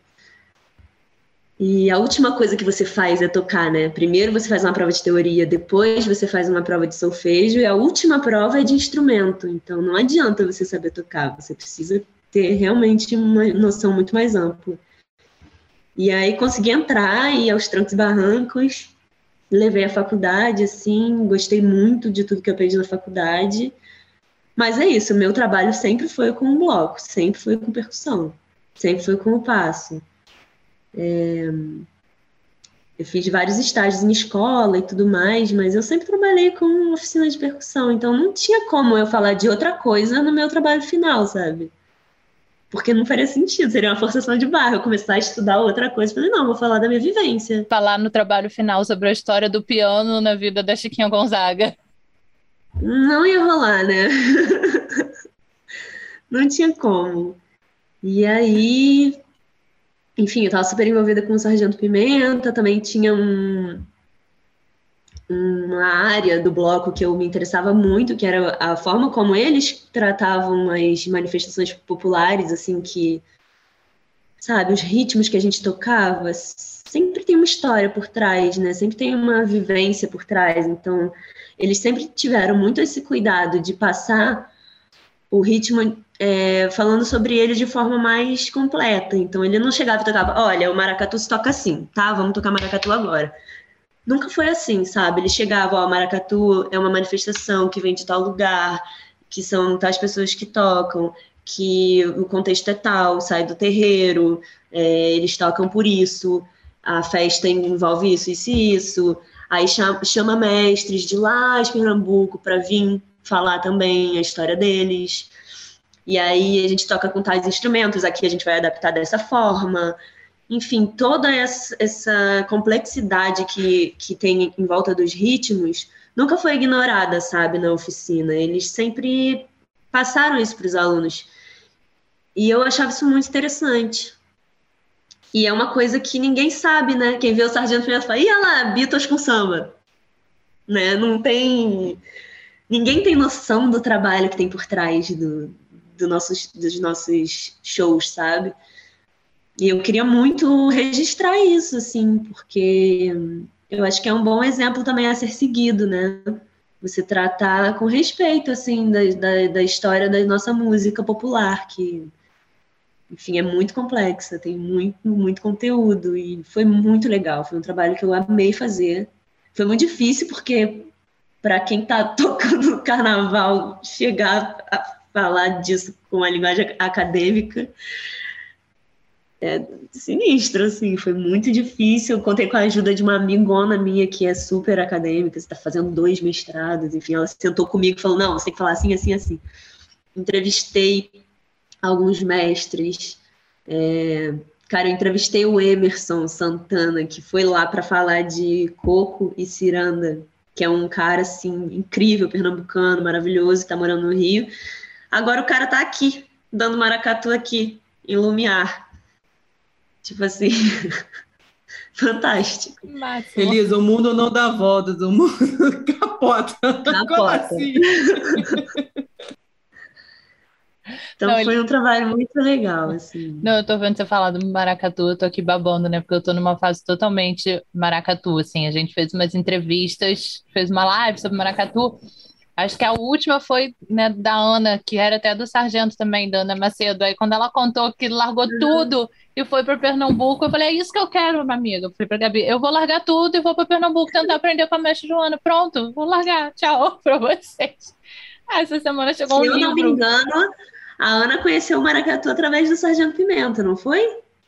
E a última coisa que você faz é tocar, né? Primeiro você faz uma prova de teoria, depois você faz uma prova de solfejo, e a última prova é de instrumento. Então não adianta você saber tocar, você precisa ter realmente uma noção muito mais ampla. E aí consegui entrar e aos trancos e barrancos, levei a faculdade, assim, gostei muito de tudo que eu aprendi na faculdade. Mas é isso, o meu trabalho sempre foi com o bloco, sempre foi com percussão, sempre foi com o passo. É... Eu fiz vários estágios em escola e tudo mais, mas eu sempre trabalhei com oficina de percussão, então não tinha como eu falar de outra coisa no meu trabalho final, sabe? Porque não faria sentido, seria uma forçação de barra, eu começar a estudar outra coisa. Falei, não, vou falar da minha vivência. Falar no trabalho final sobre a história do piano na vida da Chiquinha Gonzaga. Não ia rolar, né? Não tinha como. E aí, enfim, eu tava super envolvida com o Sargento Pimenta, também tinha um, uma área do bloco que eu me interessava muito, que era a forma como eles tratavam as manifestações populares, assim, que, sabe, os ritmos que a gente tocava, sempre tem uma história por trás, né? Sempre tem uma vivência por trás. Então, eles sempre tiveram muito esse cuidado de passar o ritmo é, falando sobre ele de forma mais completa. Então, ele não chegava e tocava, olha, o maracatu se toca assim, tá? Vamos tocar maracatu agora. Nunca foi assim, sabe? Ele chegava, ó, maracatu é uma manifestação que vem de tal lugar, que são tais pessoas que tocam, que o contexto é tal, sai do terreiro, é, eles tocam por isso, a festa envolve isso, isso e isso. Aí chama, chama mestres de lá de Pernambuco para vir falar também a história deles. E aí a gente toca com tais instrumentos, aqui a gente vai adaptar dessa forma. Enfim, toda essa, essa complexidade que, que tem em volta dos ritmos nunca foi ignorada, sabe, na oficina. Eles sempre passaram isso para os alunos. E eu achava isso muito interessante. E é uma coisa que ninguém sabe, né? Quem vê o Sargento Pimenta fala, ia lá, Beatles com samba. Né? Não tem... Ninguém tem noção do trabalho que tem por trás do, do nossos, dos nossos shows, sabe? E eu queria muito registrar isso, assim, porque eu acho que é um bom exemplo também a ser seguido, né? Você tratar com respeito, assim, da, da, da história da nossa música popular, que, enfim, é muito complexa, tem muito, muito conteúdo, e foi muito legal, foi um trabalho que eu amei fazer. Foi muito difícil, porque para quem está tocando carnaval, chegar a falar disso com a linguagem acadêmica é sinistro, assim, foi muito difícil. Eu contei com a ajuda de uma amigona minha que é super acadêmica, está fazendo dois mestrados, enfim, ela sentou comigo e falou, não, você tem que falar assim, assim, assim. Entrevistei alguns mestres, é... cara, eu entrevistei o Emerson Santana, que foi lá para falar de coco e ciranda, que é um cara, assim, incrível, pernambucano, maravilhoso, está morando no Rio. Agora o cara tá aqui, dando maracatu aqui, em Lumiar. Tipo assim, Fantástico. Máximo. Elisa, o mundo não dá voltas, o mundo capota. Como Capota. assim? Então Não, foi ele- um trabalho muito legal, assim. Não, eu tô vendo você falar do maracatu, eu tô aqui babando, né? Porque eu tô numa fase totalmente maracatu, assim. A gente fez umas entrevistas, fez uma live sobre maracatu. Acho que a última foi, né, da Ana, que era até do Sargento também, da Ana Macedo. Aí quando ela contou que largou tudo e foi para Pernambuco, eu falei, é isso que eu quero, minha amiga. Eu falei pra Gabi, eu vou largar tudo e vou para Pernambuco tentar aprender com a mestre Joana. Pronto, vou largar. Tchau para vocês. Ah, essa semana chegou um Se eu não me livro. engano, a Ana conheceu o maracatu através do Sargento Pimenta, não foi?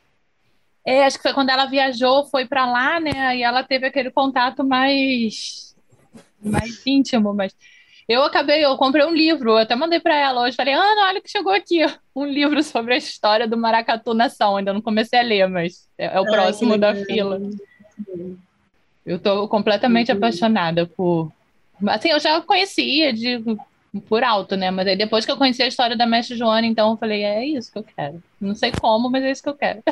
É, acho que foi quando ela viajou, foi para lá, né? E ela teve aquele contato mais, mais íntimo, mas eu acabei, eu comprei um livro, eu até mandei para ela hoje, falei, Ana, olha o que chegou aqui, um livro sobre a história do maracatu nação. Ainda não comecei a ler, mas é, é o Ai, próximo que da legal. fila. Eu tô completamente Uhum. apaixonada por, assim, eu já conhecia de por alto, né? Mas aí depois que eu conheci a história da mestre Joana, então eu falei, é isso que eu quero. Não sei como, mas é isso que eu quero.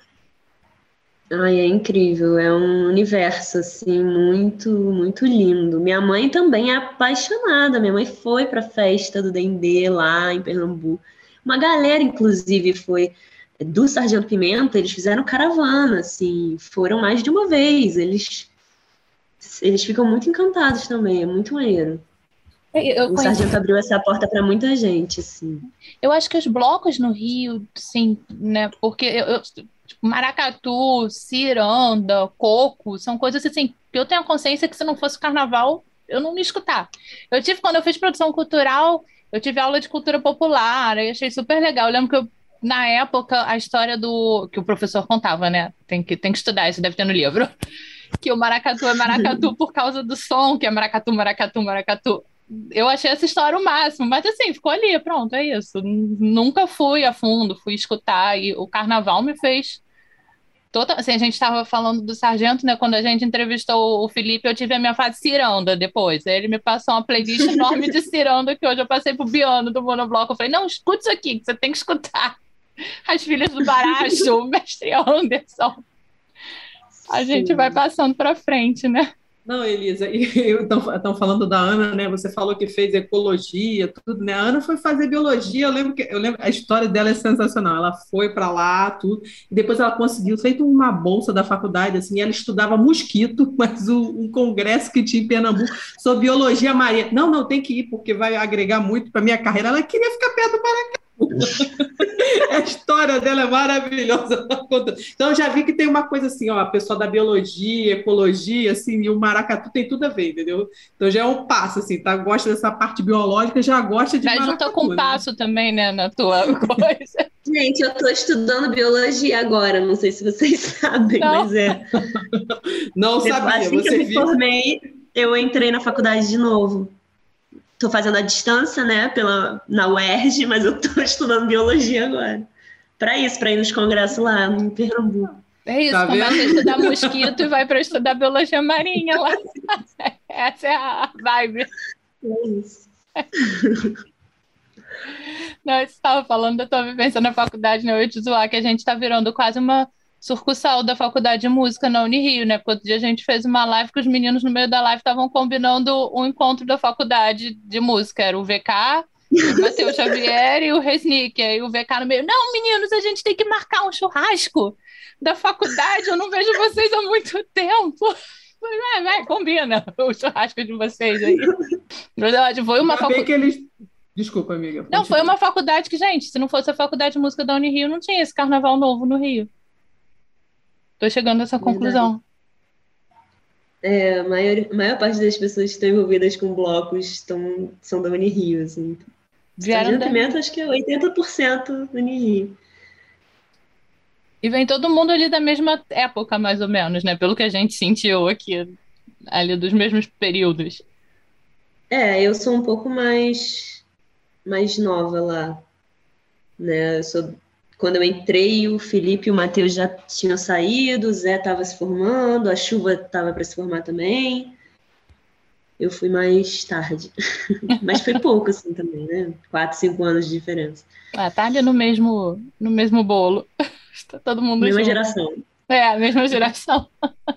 Ai, é incrível, é um universo, assim, muito, muito lindo. Minha mãe também é apaixonada, minha mãe foi para a festa do Dendê lá em Pernambuco. Uma galera, inclusive, foi do Sargento Pimenta, eles fizeram caravana, assim, foram mais de uma vez, eles, eles ficam muito encantados também, é muito maneiro. Eu O conheci, Sargento abriu essa porta para muita gente, assim. eu acho que os blocos no Rio, sim, né? Porque eu, eu- tipo, maracatu, ciranda, coco, são coisas assim que eu tenho a consciência que se não fosse carnaval, eu não ia escutar. Eu tive, quando eu fiz produção cultural, eu tive aula de cultura popular, aí achei super legal. Eu lembro que eu, na época, a história do que o professor contava, né? Tem que, tem que estudar, isso deve ter no livro. Que o maracatu é maracatu por causa do som, que é maracatu, maracatu, maracatu. Eu achei essa história o máximo, mas assim, ficou ali, pronto, é isso. N- Nunca fui a fundo, fui escutar, e o carnaval me fez. Toda, assim, a gente estava falando do Sargento, né? Quando a gente entrevistou o Felipe, eu tive a minha fase ciranda depois. Aí ele me passou uma playlist enorme de ciranda, que hoje eu passei pro Biano do Monobloco. Eu falei, não, escute isso aqui, que você tem que escutar. As Filhas do Baracho, o Mestre Anderson. A gente Sim. vai passando para frente, né? Não, Elisa, estão falando da Ana, né? Você falou que fez ecologia, tudo, né? A Ana foi fazer biologia. Eu lembro que eu lembro, a história dela é sensacional. Ela foi para lá, tudo, e depois ela conseguiu, feito uma bolsa da faculdade, assim, e ela estudava mosquito, mas o, um congresso que tinha em Pernambuco sobre biologia marinha. Não, não, tem que ir, porque vai agregar muito para minha carreira. Ela queria ficar perto do Paracatu. A história dela é maravilhosa. Então, eu já vi que tem uma coisa assim, ó, a pessoa da biologia, ecologia, assim, e o maracatu tem tudo a ver, entendeu? Então, já é um passo, assim, tá? Gosta dessa parte biológica, já gosta de Mas maracatu, juntou com né? passo também, né, na tua coisa. Gente, eu estou estudando biologia agora, não sei se vocês sabem, Não. mas é. Não sabia, Assim que eu você me viu? formei, eu entrei na faculdade de novo. Estou fazendo a distância, né, pela, na U E R J, mas eu estou estudando biologia agora. Para isso, para ir nos congressos lá em Pernambuco. É isso, Tá começa vendo? a estudar mosquito e vai para estudar biologia marinha lá. Essa é a vibe. É isso. Não, você estava falando da tua vivência na faculdade, né? Eu ia te zoar que a gente está virando quase uma sucursal da faculdade de música na Unirio, né? Porque outro dia a gente fez uma live que os meninos no meio da live estavam combinando um encontro da faculdade de música. Era o V K, o Matheus Xavier e o Resnick. Aí o V K no meio, não, meninos, a gente tem que marcar um churrasco da faculdade, eu não vejo vocês há muito tempo. Falei, vai, vai, combina o churrasco de vocês aí. Verdade, foi uma Ainda bem faculdade. que eles... Desculpa, amiga. Não, foi continua. uma faculdade que, gente, se não fosse a faculdade de música da Unirio, não tinha esse carnaval novo no Rio. Tô chegando a essa Verdade. conclusão. É, a maior, a maior parte das pessoas que estão envolvidas com blocos estão, são da Unirio, assim. Vieram Sargento da... Pimenta, acho que é oitenta por cento Unirio. E vem todo mundo ali da mesma época, mais ou menos, né? Pelo que a gente sentiu aqui, ali dos mesmos períodos. É, eu sou um pouco mais, mais nova lá, né? Eu sou, quando eu entrei, o Felipe e o Matheus já tinham saído, o Zé estava se formando, a Chuva estava para se formar também. Eu fui mais tarde, mas foi pouco assim também, né? Quatro, cinco anos de diferença. Ah, tá ali no mesmo, no mesmo bolo. Tá todo mundo Mesma junto. geração. É, a mesma geração.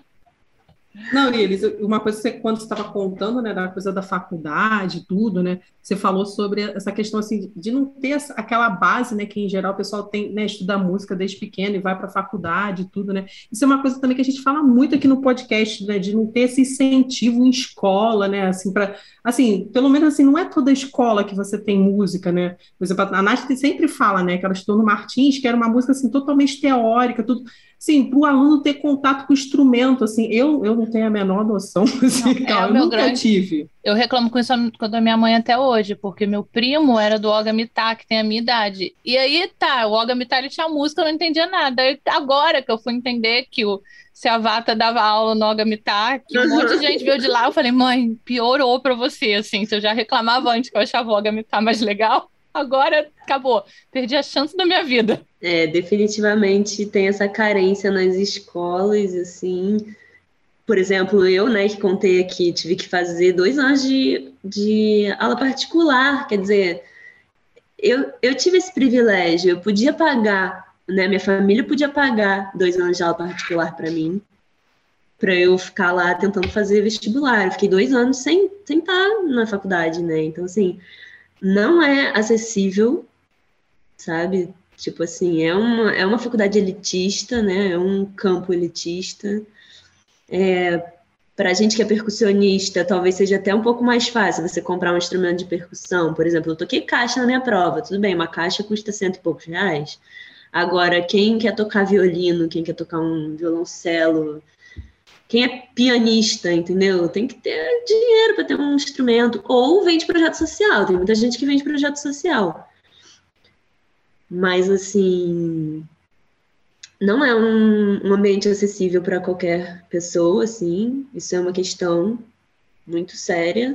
Não, e eles, uma coisa que você, quando você estava contando, né, da coisa da faculdade e tudo, né, você falou sobre essa questão, assim, de não ter essa- aquela base, né, que em geral o pessoal tem, né, estuda música desde pequeno e vai para a faculdade e tudo, né, isso é uma coisa também que a gente fala muito aqui no podcast, né, de não ter esse incentivo em escola, né, assim, para, assim, pelo menos, assim, não é toda escola que você tem música, né, por exemplo, a Nath sempre fala, né, que ela estudou no Martins, que era uma música, assim, totalmente teórica, tudo. Sim, para o aluno ter contato com o instrumento, assim, eu, eu não tenho a menor noção, assim, Não, é o eu meu nunca grande. tive. Eu reclamo com isso com a minha mãe até hoje, porque meu primo era do Ogamitá, que tem a minha idade. E aí tá, o Ogamitá ele tinha música, eu não entendia nada. Aí, agora que eu fui entender que o Seavata dava aula no Ogamitá, que um monte de gente veio de lá, eu falei, mãe, piorou pra você, assim, se eu já reclamava antes que eu achava o Ogamitá mais legal, agora acabou, perdi a chance da minha vida. É, definitivamente tem essa carência nas escolas, assim. Por exemplo, eu, né, que contei aqui, tive que fazer dois anos de, de aula particular, quer dizer, eu, eu tive esse privilégio, eu podia pagar, né, minha família podia pagar dois anos de aula particular para mim, para eu ficar lá tentando fazer vestibular. Eu fiquei dois anos sem, sem estar na faculdade, né? Então, assim, não é acessível, sabe? Tipo assim, é uma, é uma faculdade elitista, né? É um campo elitista. É, para a gente que é percussionista, talvez seja até um pouco mais fácil você comprar um instrumento de percussão. Por exemplo, eu toquei caixa na minha prova, tudo bem, uma caixa custa cento e poucos reais. Agora, quem quer tocar violino, quem quer tocar um violoncelo, quem é pianista, entendeu? Tem que ter dinheiro para ter um instrumento. Ou vende projeto social, tem muita gente que vende projeto social. Mas, assim, não é um, um ambiente acessível para qualquer pessoa, assim. Isso é uma questão muito séria.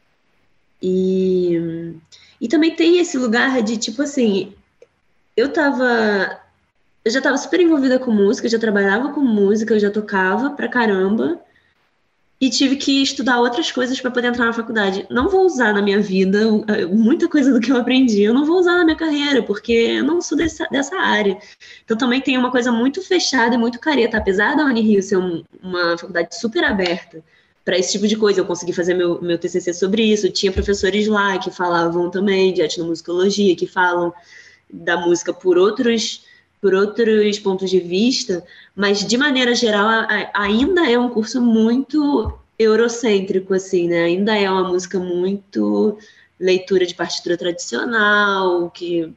E, e também tem esse lugar de, tipo assim, eu tava... Eu já estava super envolvida com música, eu já trabalhava com música, eu já tocava pra caramba. E tive que estudar outras coisas para poder entrar na faculdade. Não vou usar na minha vida muita coisa do que eu aprendi, eu não vou usar na minha carreira, porque eu não sou dessa, dessa área. Então também tem uma coisa muito fechada e muito careta. Apesar da Unirio ser um, uma faculdade super aberta para esse tipo de coisa, eu consegui fazer meu, meu T C C sobre isso. Tinha professores lá que falavam também de etnomusicologia, que falam da música por outros, por outros pontos de vista, mas de maneira geral a, a, ainda é um curso muito eurocêntrico, assim, né? Ainda é uma música muito leitura de partitura tradicional, que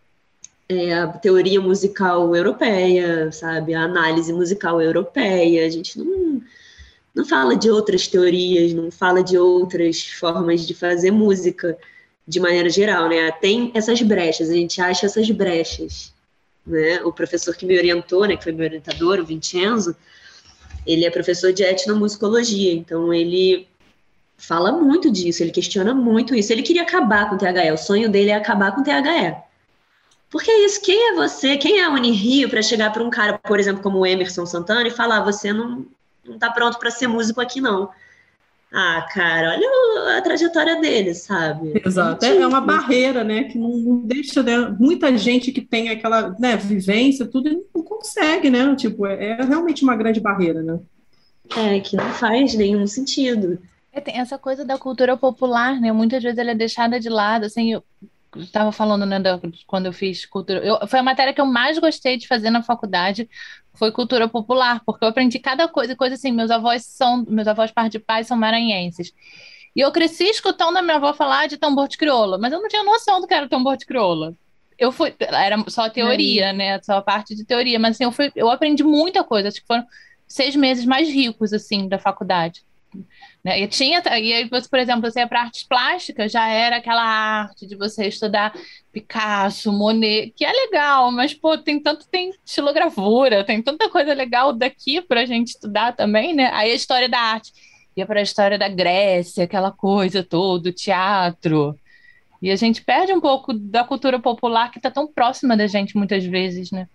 é a teoria musical europeia, sabe? A análise musical europeia. A gente não, não fala de outras teorias, não fala de outras formas de fazer música de maneira geral, né? Tem essas brechas, a gente acha essas brechas. Né? O professor que me orientou, né, que foi meu orientador, o Vincenzo, ele é professor de etnomusicologia, então ele fala muito disso, ele questiona muito isso. Ele queria acabar com o T H E, o sonho dele é acabar com o T H E. Porque é isso, quem é você, quem é a Unirio para chegar para um cara, por exemplo, como o Emerson Santana e falar, você não, não tá pronto para ser músico aqui não. Ah, cara, olha a trajetória dele, sabe? Exato, é, é uma barreira, né, que não, não deixa, né, muita gente que tem aquela, né, vivência, tudo, não consegue, né, tipo, é, é realmente uma grande barreira, né. É, que não faz nenhum sentido. É, tem essa coisa da cultura popular, né, muitas vezes ela é deixada de lado, assim, eu estava falando, né, da, quando eu fiz cultura, eu, foi a matéria que eu mais gostei de fazer na faculdade, foi cultura popular, porque eu aprendi cada coisa, coisa assim, meus avós são, meus avós par de pai são maranhenses, e eu cresci escutando a minha avó falar de tambor de crioula, mas eu não tinha noção do que era tambor de crioula. Eu fui, era só teoria, né, só a parte de teoria, mas assim, eu, fui, eu aprendi muita coisa, acho que foram seis meses mais ricos, assim, da faculdade. Né? E tinha, e aí você, por exemplo, você ia para artes plásticas, já era aquela arte de você estudar Picasso, Monet, que é legal, mas pô, tem tanto, tem estilogravura, tem tanta coisa legal daqui para a gente estudar também, né? Aí a história da arte ia para a história da Grécia, aquela coisa toda, o teatro, e a gente perde um pouco da cultura popular que está tão próxima da gente muitas vezes, né?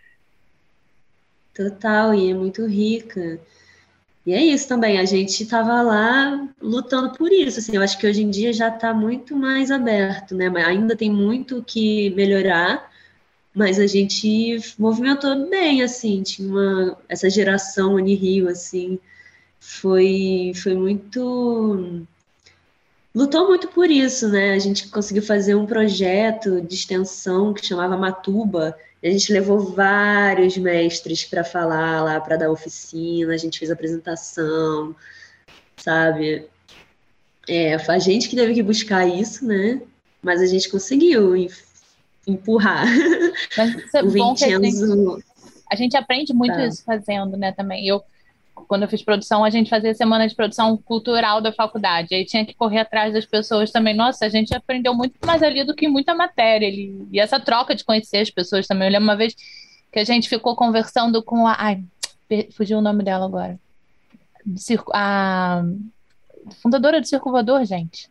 Total, e é muito rica. E é isso também, a gente estava lá lutando por isso, assim, eu acho que hoje em dia já está muito mais aberto, né, mas ainda tem muito que melhorar, mas a gente movimentou bem, assim, tinha uma, essa geração Unirio, assim, foi, foi muito... Lutou muito por isso, né? A gente conseguiu fazer um projeto de extensão que chamava Matuba. A gente levou vários mestres para falar lá, para dar oficina, a gente fez apresentação, sabe? É, a gente que teve que buscar isso, né? Mas a gente conseguiu empurrar. Mas isso é o bom que a gente, Vincenzo... a gente aprende muito Tá. isso fazendo, né, também. Eu, quando eu fiz produção, a gente fazia semana de produção cultural da faculdade, aí tinha que correr atrás das pessoas também. Nossa, a gente aprendeu muito mais ali do que muita matéria ali. E essa troca de conhecer as pessoas também. Eu lembro uma vez que a gente ficou conversando com a... Ai, fugiu o nome dela agora. Circo, a fundadora do Circo Voador, gente.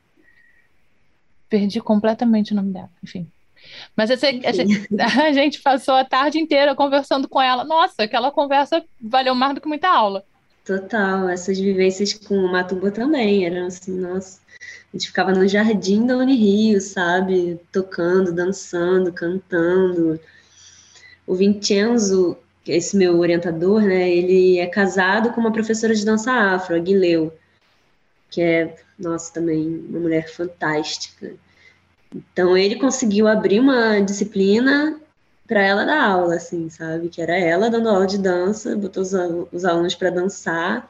Perdi completamente o nome dela, enfim. Mas essa, essa, a gente passou a tarde inteira conversando com ela. Nossa, aquela conversa valeu mais do que muita aula. Total, essas vivências com o Matuba também eram assim, nossa, a gente ficava no jardim da Unirio, sabe, tocando, dançando, cantando. O Vincenzo, esse meu orientador, né, ele é casado com uma professora de dança afro, a Guileu, que é, nossa, também uma mulher fantástica. Então, ele conseguiu abrir uma disciplina para ela dar aula, assim, sabe? Que era ela dando aula de dança, botou os, os alunos para dançar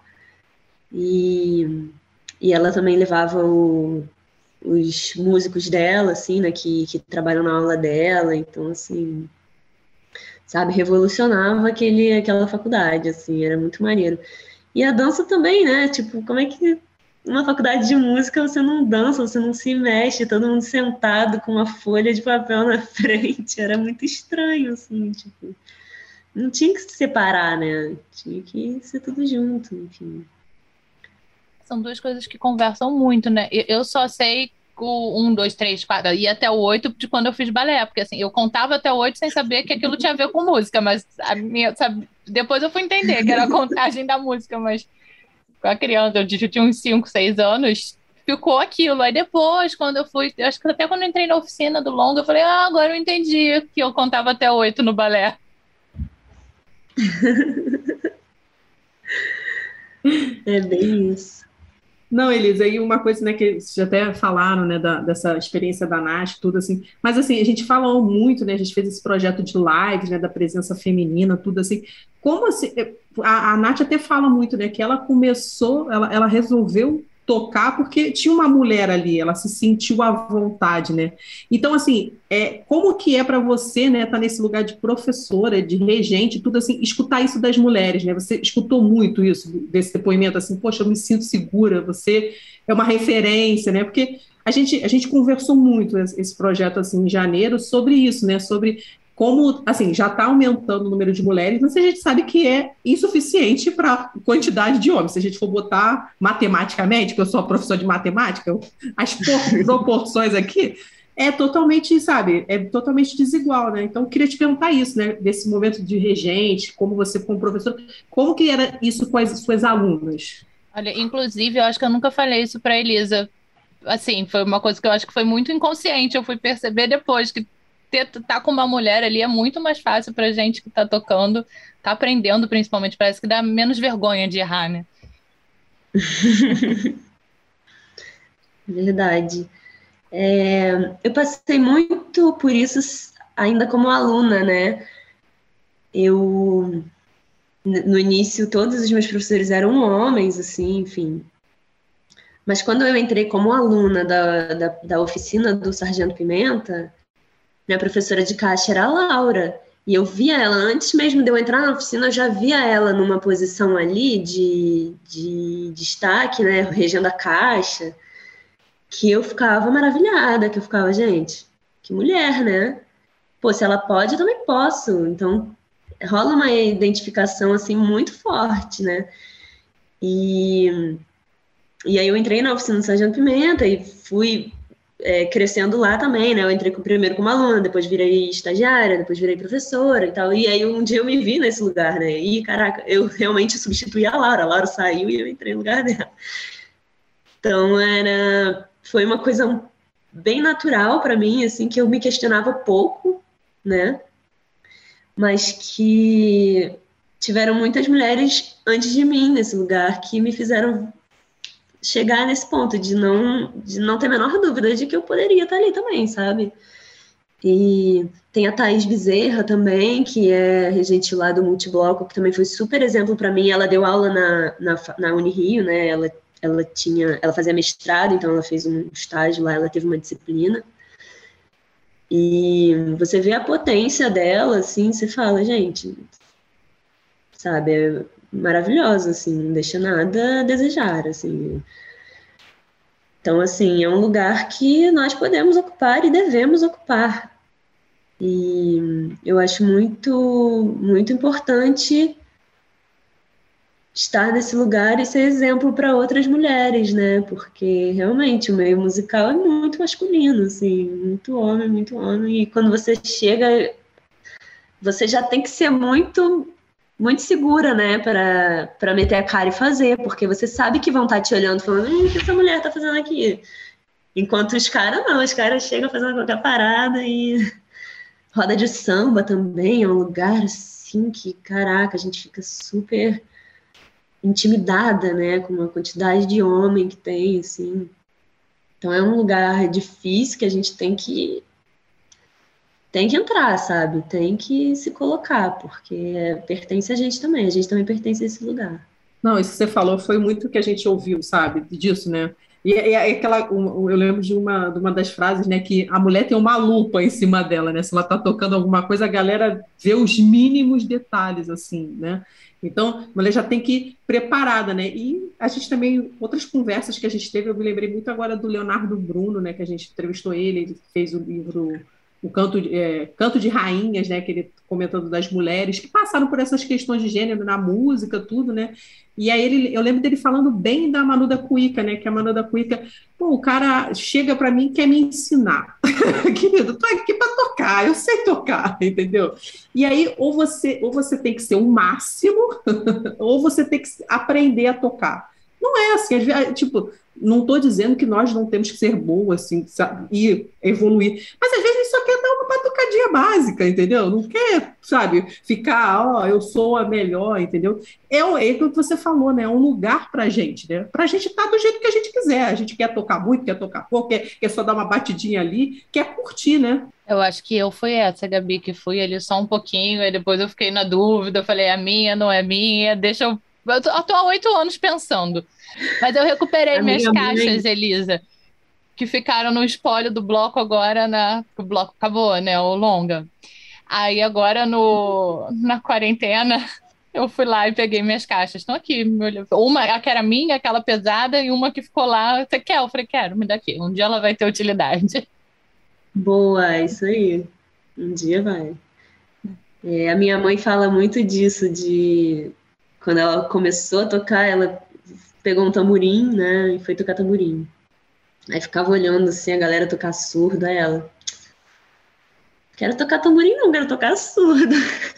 e, e ela também levava o, os músicos dela, assim, né? Que, que trabalham na aula dela. Então, assim, sabe? Revolucionava aquele, aquela faculdade, assim, era muito maneiro. E a dança também, né? Tipo, como é que... Numa faculdade de música, você não dança, você não se mexe, todo mundo sentado com uma folha de papel na frente. Era muito estranho, assim, tipo... Não tinha que se separar, né? Tinha que ser tudo junto, enfim. São duas coisas que conversam muito, né? Eu só sei o um, dois, três, quatro, e até o oito de quando eu fiz balé, porque assim, eu contava até o oito sem saber que aquilo tinha a ver com música, mas a minha, sabe, depois eu fui entender que era a contagem da música, mas... com a criança, eu tinha uns cinco, seis anos, ficou aquilo. Aí depois, quando eu fui, acho que até quando eu entrei na oficina do longo, eu falei, ah, agora eu entendi que eu contava até oito no balé. É bem isso. Não, Elisa, aí uma coisa, né, que vocês até falaram, né, da, dessa experiência da Nath, tudo assim, mas assim, a gente falou muito, né, a gente fez esse projeto de lives, né, da presença feminina, tudo assim, como assim, a, a Nath até fala muito, né, que ela começou, ela, ela resolveu tocar porque tinha uma mulher ali, ela se sentiu à vontade, né, então assim, é, como que é para você, né, estar nesse lugar de professora, de regente, tudo assim, escutar isso das mulheres, né, você escutou muito isso, desse depoimento, assim, poxa, eu me sinto segura, você é uma referência, né, porque a gente, a gente conversou muito esse projeto, assim, em janeiro, sobre isso, né, sobre como, assim, já está aumentando o número de mulheres, mas a gente sabe que é insuficiente para a quantidade de homens. Se a gente for botar matematicamente, porque eu sou a professora de matemática, as proporções aqui é totalmente, sabe, é totalmente desigual, né? Então, eu queria te perguntar isso, né, desse momento de regente, como você, como professor, como que era isso com as suas alunas? Olha, inclusive, eu acho que eu nunca falei isso para Elisa. Assim, foi uma coisa que eu acho que foi muito inconsciente, eu fui perceber depois que tá com uma mulher ali é muito mais fácil pra gente que tá tocando, tá aprendendo principalmente, parece que dá menos vergonha de errar, né? Verdade. É, eu passei muito por isso ainda como aluna, né? Eu, no início, todos os meus professores eram homens, assim, enfim. Mas quando eu entrei como aluna da, da, da oficina do Sargento Pimenta, minha professora de caixa era a Laura, e eu via ela, antes mesmo de eu entrar na oficina, eu já via ela numa posição ali de, de destaque, né, regendo a caixa, que eu ficava maravilhada, que eu ficava, gente, que mulher, né? Pô, se ela pode, eu também posso. Então, rola uma identificação, assim, muito forte, né? E, e aí eu entrei na oficina do Sargento Pimenta e fui... É, crescendo lá também, né? Eu entrei primeiro como aluna, depois virei estagiária, depois virei professora e tal. E aí um dia eu me vi nesse lugar, né? E caraca, eu realmente substituí a Laura. A Laura saiu e eu entrei no lugar dela. Então era, foi uma coisa bem natural para mim, assim, que eu me questionava pouco, né? mas que tiveram muitas mulheres antes de mim nesse lugar que me fizeram chegar nesse ponto de não, de não ter a menor dúvida de que eu poderia estar ali também, sabe? E tem a Thaís Bezerra também, que é regente lá do Multibloco, que também foi super exemplo para mim. Ela deu aula na, na, na Unirio, né? Ela, ela, tinha, ela fazia mestrado, então ela fez um estágio lá, ela teve uma disciplina. E você vê a potência dela, assim, você fala, gente, sabe, é maravilhosa, assim, não deixa nada a desejar, assim. Então, assim, é um lugar que nós podemos ocupar e devemos ocupar. E eu acho muito, muito importante estar nesse lugar e ser exemplo para outras mulheres, né? Porque realmente o meio musical é muito masculino, assim, muito homem, muito homem. E quando você chega, você já tem que ser muito, muito segura, né? Para para meter a cara e fazer, porque você sabe que vão estar te olhando, falando, hum, o que essa mulher tá fazendo aqui? Enquanto os caras não, os caras chegam fazendo qualquer parada e roda de samba também é um lugar assim que, caraca, a gente fica super intimidada, né, com uma quantidade de homem que tem, assim. Então é um lugar difícil que a gente tem que tem que entrar, sabe? Tem que se colocar, porque pertence a gente também, a gente também pertence a esse lugar. Não, isso que você falou foi muito o que a gente ouviu, sabe, disso, né? E, e aquela, um, eu lembro de uma, de uma das frases, né, que a mulher tem uma lupa em cima dela, né? Se ela tá tocando alguma coisa, a galera vê os mínimos detalhes, assim, né? Então, a mulher já tem que ir preparada, né? E a gente também, outras conversas que a gente teve, eu me lembrei muito agora do Leonardo Bruno, né? Que a gente entrevistou ele, ele fez o livro O Canto, é, Canto de Rainhas, né? Que ele comentando das mulheres que passaram por essas questões de gênero na música, tudo, né? E aí ele, eu lembro dele falando bem da Manu da Cuíca, né? Que a Manu da Cuíca, pô, o cara chega para mim e quer me ensinar. Querido, tô aqui para tocar, eu sei tocar, entendeu? E aí, ou você, ou você tem que ser o máximo, ou você tem que aprender a tocar. Não é assim, tipo, não estou dizendo que nós não temos que ser boas, assim, sabe, e evoluir, mas às vezes a gente só quer dar uma batucadinha básica, entendeu? Não quer, sabe, ficar, ó, oh, eu sou a melhor, entendeu? É, é o que você falou, né? É um lugar pra gente, né? Pra gente estar do jeito que a gente quiser. A gente quer tocar muito, quer tocar pouco, quer, quer só dar uma batidinha ali, quer curtir, né? Eu acho que eu fui essa, Gabi, que fui ali só um pouquinho, e depois eu fiquei na dúvida, eu falei, é minha, não é minha, deixa eu... Eu tô, eu tô há oito anos pensando, mas eu recuperei A minhas minha caixas, mãe. Elisa, que ficaram no espólio do bloco agora, na... o bloco acabou, né, o longa. Aí agora no... na quarentena, eu fui lá e peguei minhas caixas. Estão aqui, meu... uma a que era minha, aquela pesada, e uma que ficou lá. Você quer? Eu falei, quero, me dá aqui. Um dia ela vai ter utilidade. Boa, é isso aí. Um dia vai. É, a minha mãe fala muito disso, de quando ela começou a tocar, ela pegou um tamborim, né, e foi tocar tamborim. Aí ficava olhando assim a galera tocar surdo, aí ela, quero tocar tamborim não, quero tocar surdo.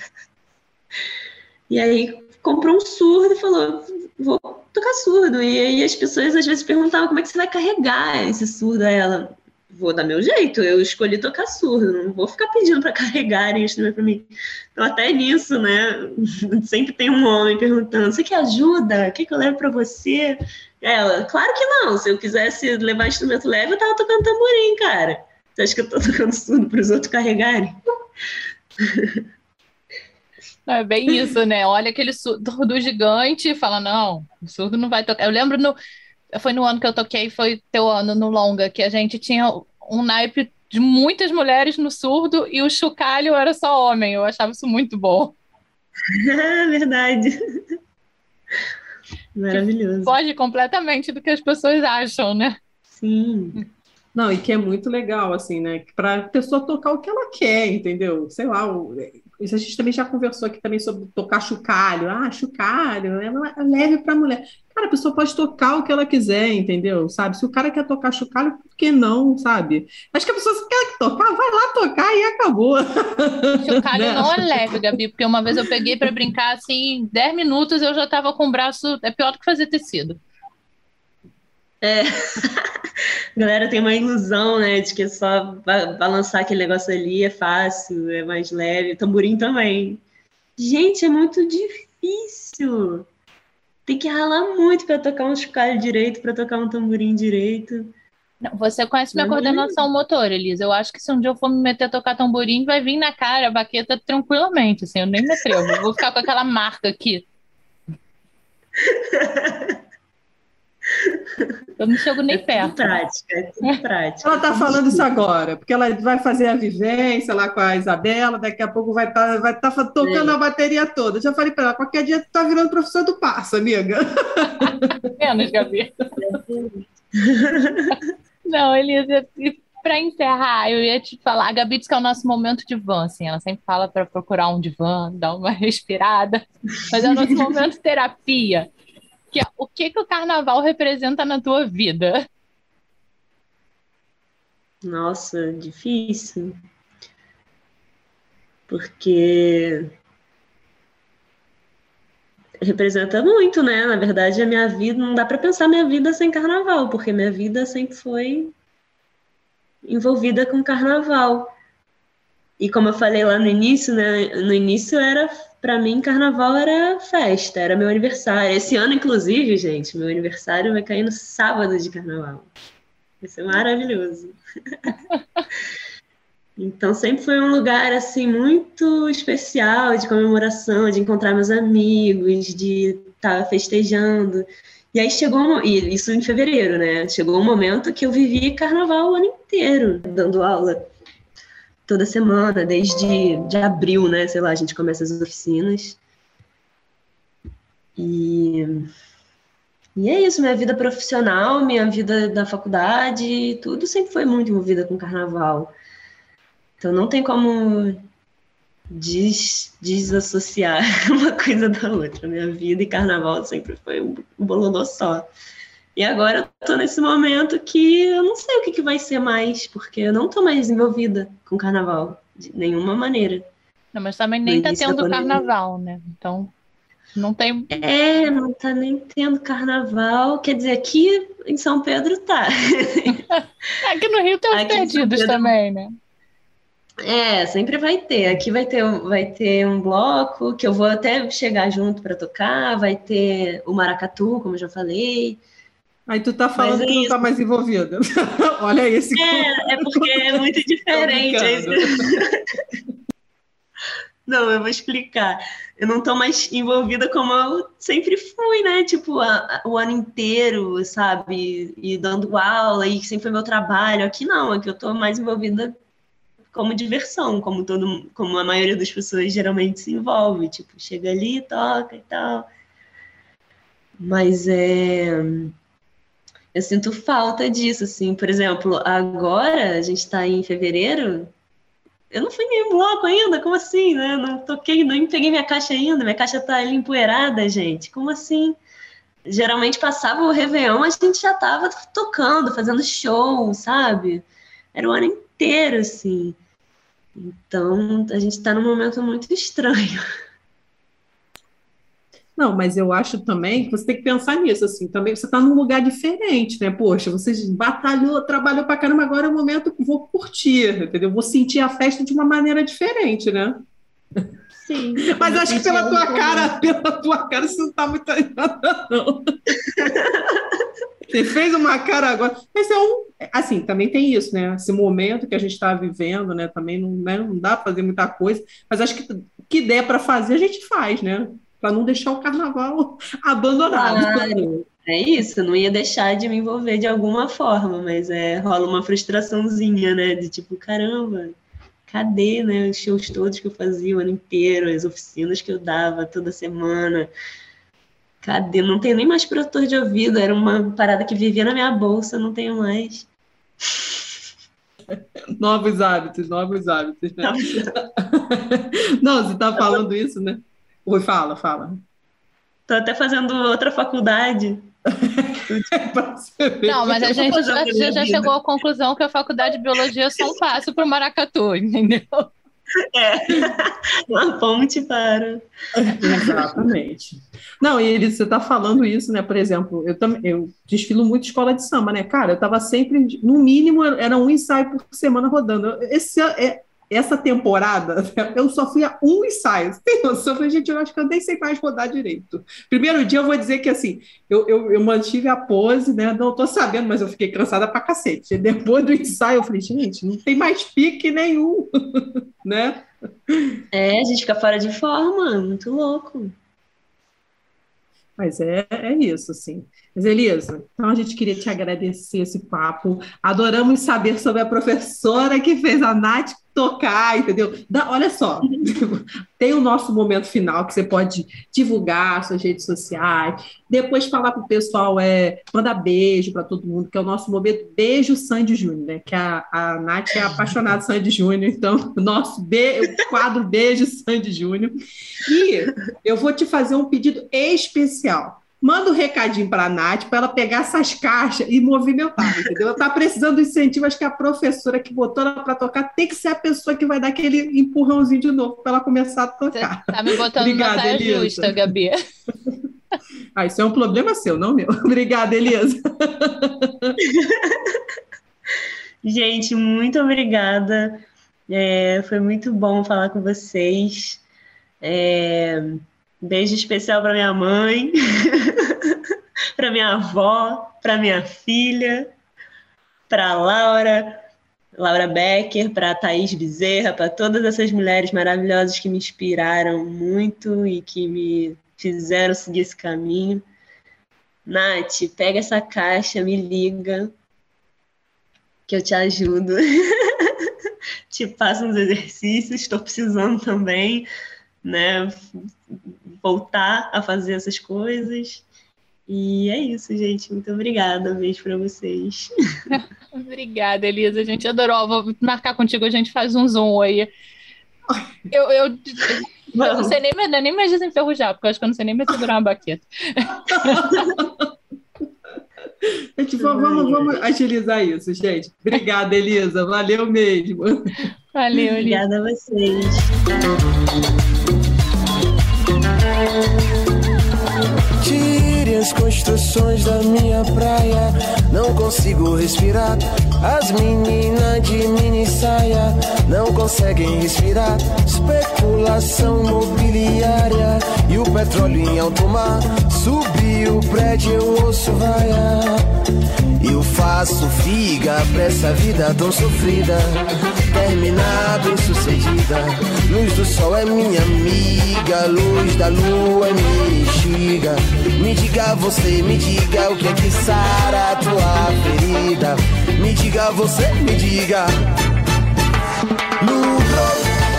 E aí comprou um surdo e falou, vou tocar surdo. E aí as pessoas às vezes perguntavam como é que você vai carregar esse surdo. Aí ela, vou dar meu jeito, eu escolhi tocar surdo, não vou ficar pedindo para carregarem instrumento para mim. Então até nisso, né, sempre tem um homem perguntando, você quer ajuda? O que, que eu levo para você? Ela, claro que não, se eu quisesse levar instrumento leve, eu tava tocando tamborim, cara. Você acha que eu tô tocando surdo para os outros carregarem? É bem isso, né? Olha aquele surdo gigante e fala, não, o surdo não vai tocar. Eu lembro, no, foi no ano que eu toquei, foi teu ano no longa, que a gente tinha um naipe de muitas mulheres no surdo e o chocalho era só homem. Eu achava isso muito bom. É verdade. Maravilhoso. Foge completamente do que as pessoas acham, né? Sim. Não, e que é muito legal, assim, né? Para a pessoa tocar o que ela quer, entendeu? Sei lá, o... isso a gente também já conversou aqui também sobre tocar chocalho. Ah, chocalho, é leve para mulher. Cara, a pessoa pode tocar o que ela quiser, entendeu? Sabe? Se o cara quer tocar chocalho, por que não, sabe? Acho que a pessoa se quer tocar, vai lá tocar e acabou. Chocalho Né? não é leve, Gabi, porque uma vez eu peguei para brincar, assim, em dez minutos eu já estava com o braço... É pior do que fazer tecido. É. A galera tem uma ilusão, né, de que só ba- balançar aquele negócio ali é fácil, é mais leve. Tamborim também. Gente, é muito difícil. Tem que ralar muito para tocar um chocalho direito, para tocar um tamborim direito. Não, você conhece minha Não é coordenação motora, Elisa. Eu acho que se um dia eu for me meter a tocar tamborim, vai vir na cara a baqueta tranquilamente, assim, eu nem me atrevo. Eu vou ficar com aquela marca aqui. Eu não chego nem É tudo perto. prática, é tudo prática. Ela está falando isso agora, porque ela vai fazer a vivência lá com a Isabela, daqui a pouco vai estar vai tá tocando É. a bateria toda. Eu já falei para ela, qualquer dia tu tá virando professor do passo, amiga. Menos, Gabi. Não, Elisa, para encerrar, eu ia te falar, a Gabi disse que é o nosso momento divã, assim, ela sempre fala para procurar um divã, dar uma respirada, mas é o nosso momento terapia. Que é, o que que o carnaval representa na tua vida? Nossa, difícil. Porque representa muito, né? Na verdade, a minha vida, não dá para pensar minha vida sem carnaval, porque minha vida sempre foi envolvida com carnaval. E como eu falei lá no início, né? No início era, para mim, carnaval era festa, era meu aniversário. Esse ano, inclusive, gente, meu aniversário vai cair no sábado de carnaval. Vai ser maravilhoso. Então sempre foi um lugar assim muito especial de comemoração, de encontrar meus amigos, de estar festejando. E aí chegou, um- e isso em fevereiro, né? Chegou um momento que eu vivi carnaval o ano inteiro, dando aula toda semana, desde de abril, né? Sei lá, a gente começa as oficinas. E, e é isso, minha vida profissional, minha vida da faculdade, tudo sempre foi muito envolvida com carnaval. Então não tem como des- desassociar uma coisa da outra. Minha vida e carnaval sempre foi um bololô só. E agora eu tô nesse momento que eu não sei o que que vai ser mais, porque eu não tô mais envolvida com carnaval, de nenhuma maneira. Não, mas também nem No tá início da tendo pandemia. carnaval, né? Então, não tem. É, não tá nem tendo carnaval. Quer dizer, aqui em São Pedro tá. Aqui no Rio tem os Aqui em São perdidos Pedro- também, né? É, sempre vai ter. Aqui vai ter, um- vai ter um bloco que eu vou até chegar junto para tocar, vai ter o maracatu, como eu já falei. Aí tu tá falando Mas é que não tá isso. mais envolvida. Olha esse. É, é porque é muito diferente. é isso. brincando. Não, eu vou explicar. Eu não tô mais envolvida como eu sempre fui, né? Tipo, a- a- o ano inteiro, sabe? E dando aula, e sempre foi meu trabalho. Aqui não, aqui eu tô mais envolvida como diversão, como todo, como a maioria das pessoas geralmente se envolve. Tipo, chega ali, toca e tal. Mas é. Eu sinto falta disso, assim. Por exemplo, agora, a gente tá em fevereiro, eu não fui em nenhum bloco ainda, como assim, né? Não toquei, nem peguei minha caixa ainda, minha caixa tá ali empoeirada, gente. Como assim? Geralmente passava o Réveillon, a gente já tava tocando, fazendo show, sabe? Era o ano inteiro, assim. Então, a gente tá num momento muito estranho. Não, mas eu acho também que você tem que pensar nisso, assim, também você está num lugar diferente, né? Poxa, você batalhou, trabalhou pra caramba, agora é o momento que vou curtir, entendeu? Vou sentir a festa de uma maneira diferente, né? Sim. Mas eu acho que senti pela tua algo cara, pela tua cara, você não tá muito animada, não. Você fez uma cara agora. Mas é um. Assim, também tem isso, né? Esse momento que a gente está vivendo, né? Também não, né? Não dá para fazer muita coisa, mas acho que o que der para fazer, a gente faz, né? Para não deixar o carnaval abandonado. Claro, é isso, eu não ia deixar de me envolver de alguma forma, mas é, rola uma frustraçãozinha, né? De tipo, caramba, cadê, né? Os shows todos que eu fazia o ano inteiro, as oficinas que eu dava toda semana. Cadê? Não tenho nem mais protetor de ouvido, era uma parada que vivia na minha bolsa, não tenho mais. Novos hábitos, novos hábitos, né? Não, você está falando isso, né? Oi, fala, fala. Tô até fazendo outra faculdade. Pra você ver. Não, mas a gente fazer já, da minha já vida. chegou à conclusão que a faculdade de biologia é só um passo para o maracatu, entendeu? É, uma ponte para... Exatamente. Não, e ele, você está falando isso, né? Por exemplo, eu também eu desfilo muito escola de samba, né? Cara, eu estava sempre, no mínimo, era um ensaio por semana rodando. Esse, é, essa temporada, eu só fui a um ensaio. Você tem noção? Eu falei, gente, eu acho que eu nem sei mais rodar direito. Primeiro dia eu vou dizer que assim, eu, eu, eu mantive a pose, né? Não estou sabendo, mas eu fiquei cansada pra cacete. E depois do ensaio, eu falei, gente, não tem mais pique nenhum, né? É, a gente fica fora de forma, muito louco. Mas é, é isso, assim. Mas, Elisa, então a gente queria te agradecer esse papo. Adoramos saber sobre a professora que fez a Nath tocar, entendeu? Da, olha só, tem o nosso momento final que você pode divulgar suas redes sociais, depois falar para o pessoal, é, mandar beijo para todo mundo, que é o nosso momento Beijo Sandy Júnior, né? Que a, a Nath é apaixonada por Sandy Júnior, então, o nosso be quadro Beijo Sandy Júnior. E eu vou te fazer um pedido especial. Manda um recadinho para a Nath para ela pegar essas caixas e movimentar, entendeu? Ela está precisando de incentivo, acho que a professora que botou ela para tocar tem que ser a pessoa que vai dar aquele empurrãozinho de novo para ela começar a tocar. Você tá me botando Obrigada, na saia Elisa. justa, Gabi. Ah, isso é um problema seu, não meu. Obrigada, Elisa. Gente, muito obrigada. É, foi muito bom falar com vocês. É, beijo especial para minha mãe, para minha avó, para minha filha, para Laura, Laura Becker, para Thaís Bezerra, para todas essas mulheres maravilhosas que me inspiraram muito e que me fizeram seguir esse caminho. Nath, pega essa caixa, me liga, que eu te ajudo. Te passo uns exercícios, estou precisando também, né, voltar a fazer essas coisas. E é isso, gente. Muito obrigada. Um beijo para vocês. Obrigada, Elisa. A gente adorou. Vou marcar contigo, a gente faz um Zoom aí. Eu, eu, eu não sei nem, nem mais desenferrujar, porque eu acho que eu não sei nem mais segurar uma baqueta. Gente, vamos, vamos agilizar isso, gente. Obrigada, Elisa. Valeu mesmo. Valeu, Elisa. Obrigada a vocês. Tire as construções da minha praia, não consigo respirar. As meninas de mini saia não conseguem respirar. Especulação mobiliária e o petróleo em alto mar. Subiu o prédio, eu ouço vaia. Eu faço figa pra essa vida tão sofrida. Terminar bem sucedida. Luz do sol é minha amiga, luz da lua é minha instiga. Me diga você, me diga o que é que sara a tua ferida. Me diga você, me diga. Lucro,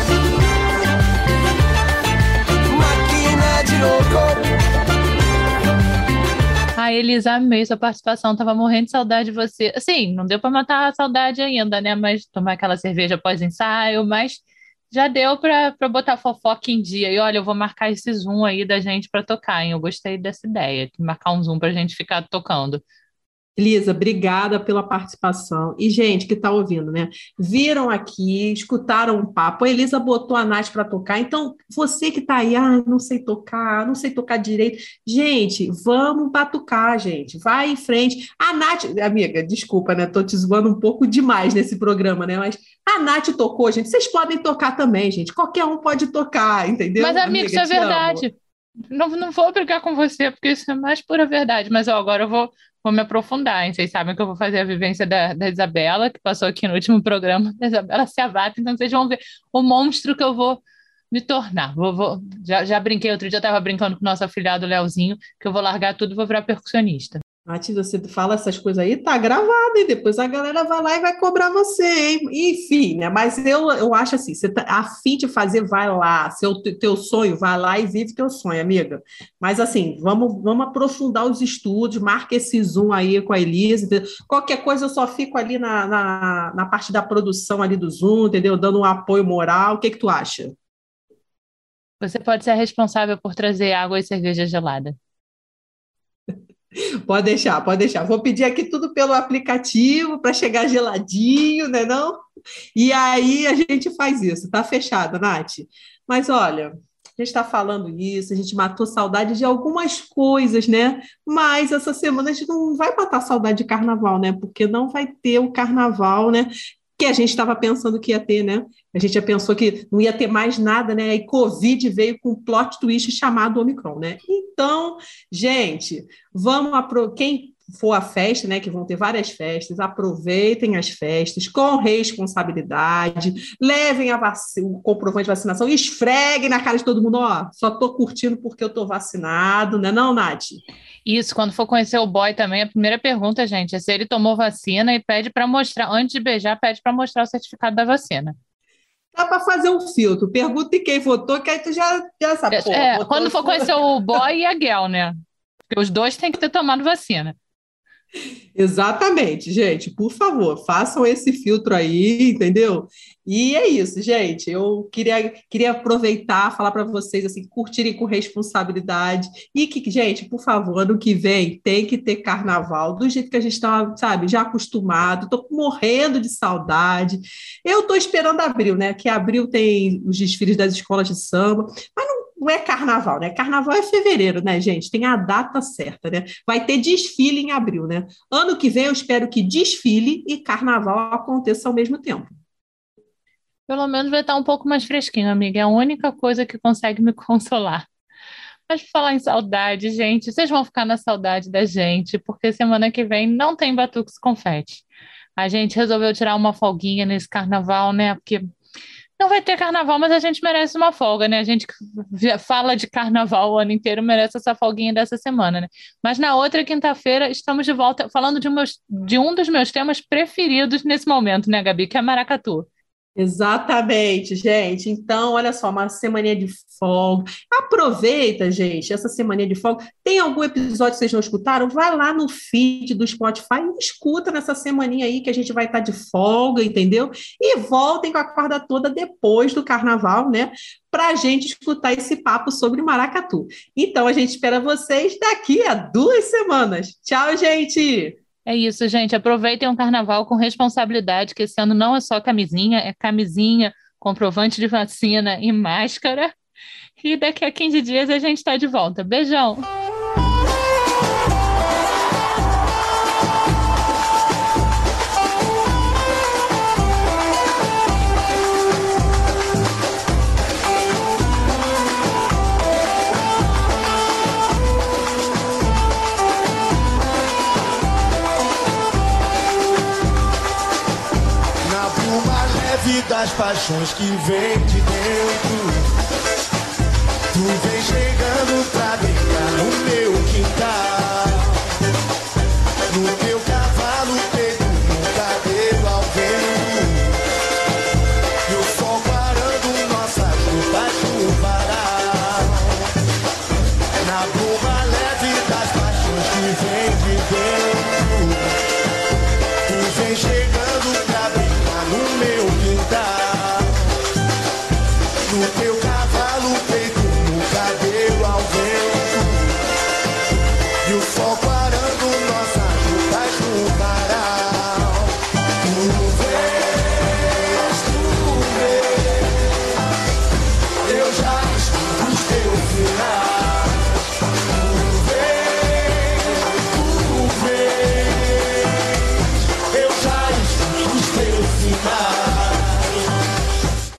máquina de louco. Ah, Elisa, amei sua participação, tava morrendo de saudade de você. Assim, não deu para matar a saudade ainda, né? Mas tomar aquela cerveja pós-ensaio, mas já deu para botar a fofoca em dia. E olha, eu vou marcar esse Zoom aí da gente para tocar, hein? Eu gostei dessa ideia, de marcar um Zoom pra gente ficar tocando. Elisa, obrigada pela participação. E, gente, que está ouvindo, né? Viram aqui, escutaram um papo. A Elisa botou a Nath para tocar. Então, você que está aí, ah, não sei tocar, não sei tocar direito. Gente, vamos batucar, gente. Vai em frente. A Nath, amiga, desculpa, né? Estou te zoando um pouco demais nesse programa, né? Mas a Nath tocou, gente. Vocês podem tocar também, gente. Qualquer um pode tocar, entendeu? Mas, amiga, isso é verdade. Não, não vou brigar com você, porque isso é mais pura verdade. Mas ó, agora eu vou. Vou me aprofundar, hein? Vocês sabem que eu vou fazer a vivência da, da Isabela, que passou aqui no último programa, da Isabela Seabate, então vocês vão ver o monstro que eu vou me tornar. Vou, vou, já, já brinquei, outro dia eu estava brincando com o nosso afilhado Leozinho, que eu vou largar tudo e vou virar percussionista. Nath, você fala essas coisas aí, tá gravado, e depois a galera vai lá e vai cobrar você, hein? Enfim, né? Mas eu, eu acho assim, você tá a fim de fazer, vai lá. Seu teu sonho, vai lá e vive teu sonho, amiga. Mas assim, vamos, vamos aprofundar os estudos, marca esse Zoom aí com a Elisa. Entendeu? Qualquer coisa eu só fico ali na, na, na parte da produção ali do Zoom, entendeu? Dando um apoio moral. O que que tu acha? Você pode ser responsável por trazer água e cerveja gelada. Pode deixar, pode deixar. Vou pedir aqui tudo pelo aplicativo para chegar geladinho, né não? E aí a gente faz isso. Tá fechado, Nath? Mas olha, a gente está falando isso, a gente matou saudade de algumas coisas, né? Mas essa semana a gente não vai matar saudade de carnaval, né? Porque não vai ter o carnaval, né? Que a gente estava pensando que ia ter, né? A gente já pensou que não ia ter mais nada, né? E Covid veio com um plot twist chamado Omicron, né? Então, gente, vamos apro... quem for à festa, né? Que vão ter várias festas, aproveitem as festas com responsabilidade, levem a vac... o comprovante de vacinação e esfreguem na cara de todo mundo, ó, só tô curtindo porque eu tô vacinado, né? Não, Nath? Isso, quando for conhecer o boy também, a primeira pergunta, gente, é se ele tomou vacina e pede para mostrar, antes de beijar, pede para mostrar o certificado da vacina. Dá para fazer um filtro, pergunta em quem votou, que aí tu já, já sabe. Pô, é, quando for conhecer o boy e a girl, né? Porque os dois têm que ter tomado vacina. Exatamente, gente, por favor, façam esse filtro aí, entendeu? E é isso, gente, eu queria, queria aproveitar, falar para vocês, assim, curtirem com responsabilidade e que, gente, por favor, ano que vem tem que ter carnaval, do jeito que a gente está, sabe, já acostumado, estou morrendo de saudade, eu estou esperando abril, né, que abril tem os desfiles das escolas de samba, mas não Não é carnaval, né? Carnaval é fevereiro, né, gente? Tem a data certa, né? Vai ter desfile em abril, né? Ano que vem eu espero que desfile e carnaval aconteça ao mesmo tempo. Pelo menos vai estar um pouco mais fresquinho, amiga. É a única coisa que consegue me consolar. Mas por falar em saudade, gente, vocês vão ficar na saudade da gente, porque semana que vem não tem Batuques Confete. A gente resolveu tirar uma folguinha nesse carnaval, né? Porque não vai ter carnaval, mas a gente merece uma folga, né? A gente que fala de carnaval o ano inteiro merece essa folguinha dessa semana, né? Mas na outra quinta-feira estamos de volta falando de, meus, de um dos meus temas preferidos nesse momento, né, Gabi? Que é maracatu. Exatamente, gente. Então, olha só, uma semaninha de folga. Aproveita, gente, essa semaninha de folga. Tem algum episódio que vocês não escutaram? Vai lá no feed do Spotify e escuta nessa semaninha aí que a gente vai estar de folga, entendeu? E voltem com a corda toda depois do carnaval, né? Para a gente escutar esse papo sobre maracatu. Então, a gente espera vocês daqui a duas semanas. Tchau, gente! É isso, gente. Aproveitem o carnaval com responsabilidade, que esse ano não é só camisinha, é camisinha, comprovante de vacina e máscara. E daqui a quinze dias a gente está de volta. Beijão! Das paixões que vem de dentro, tu vem cheio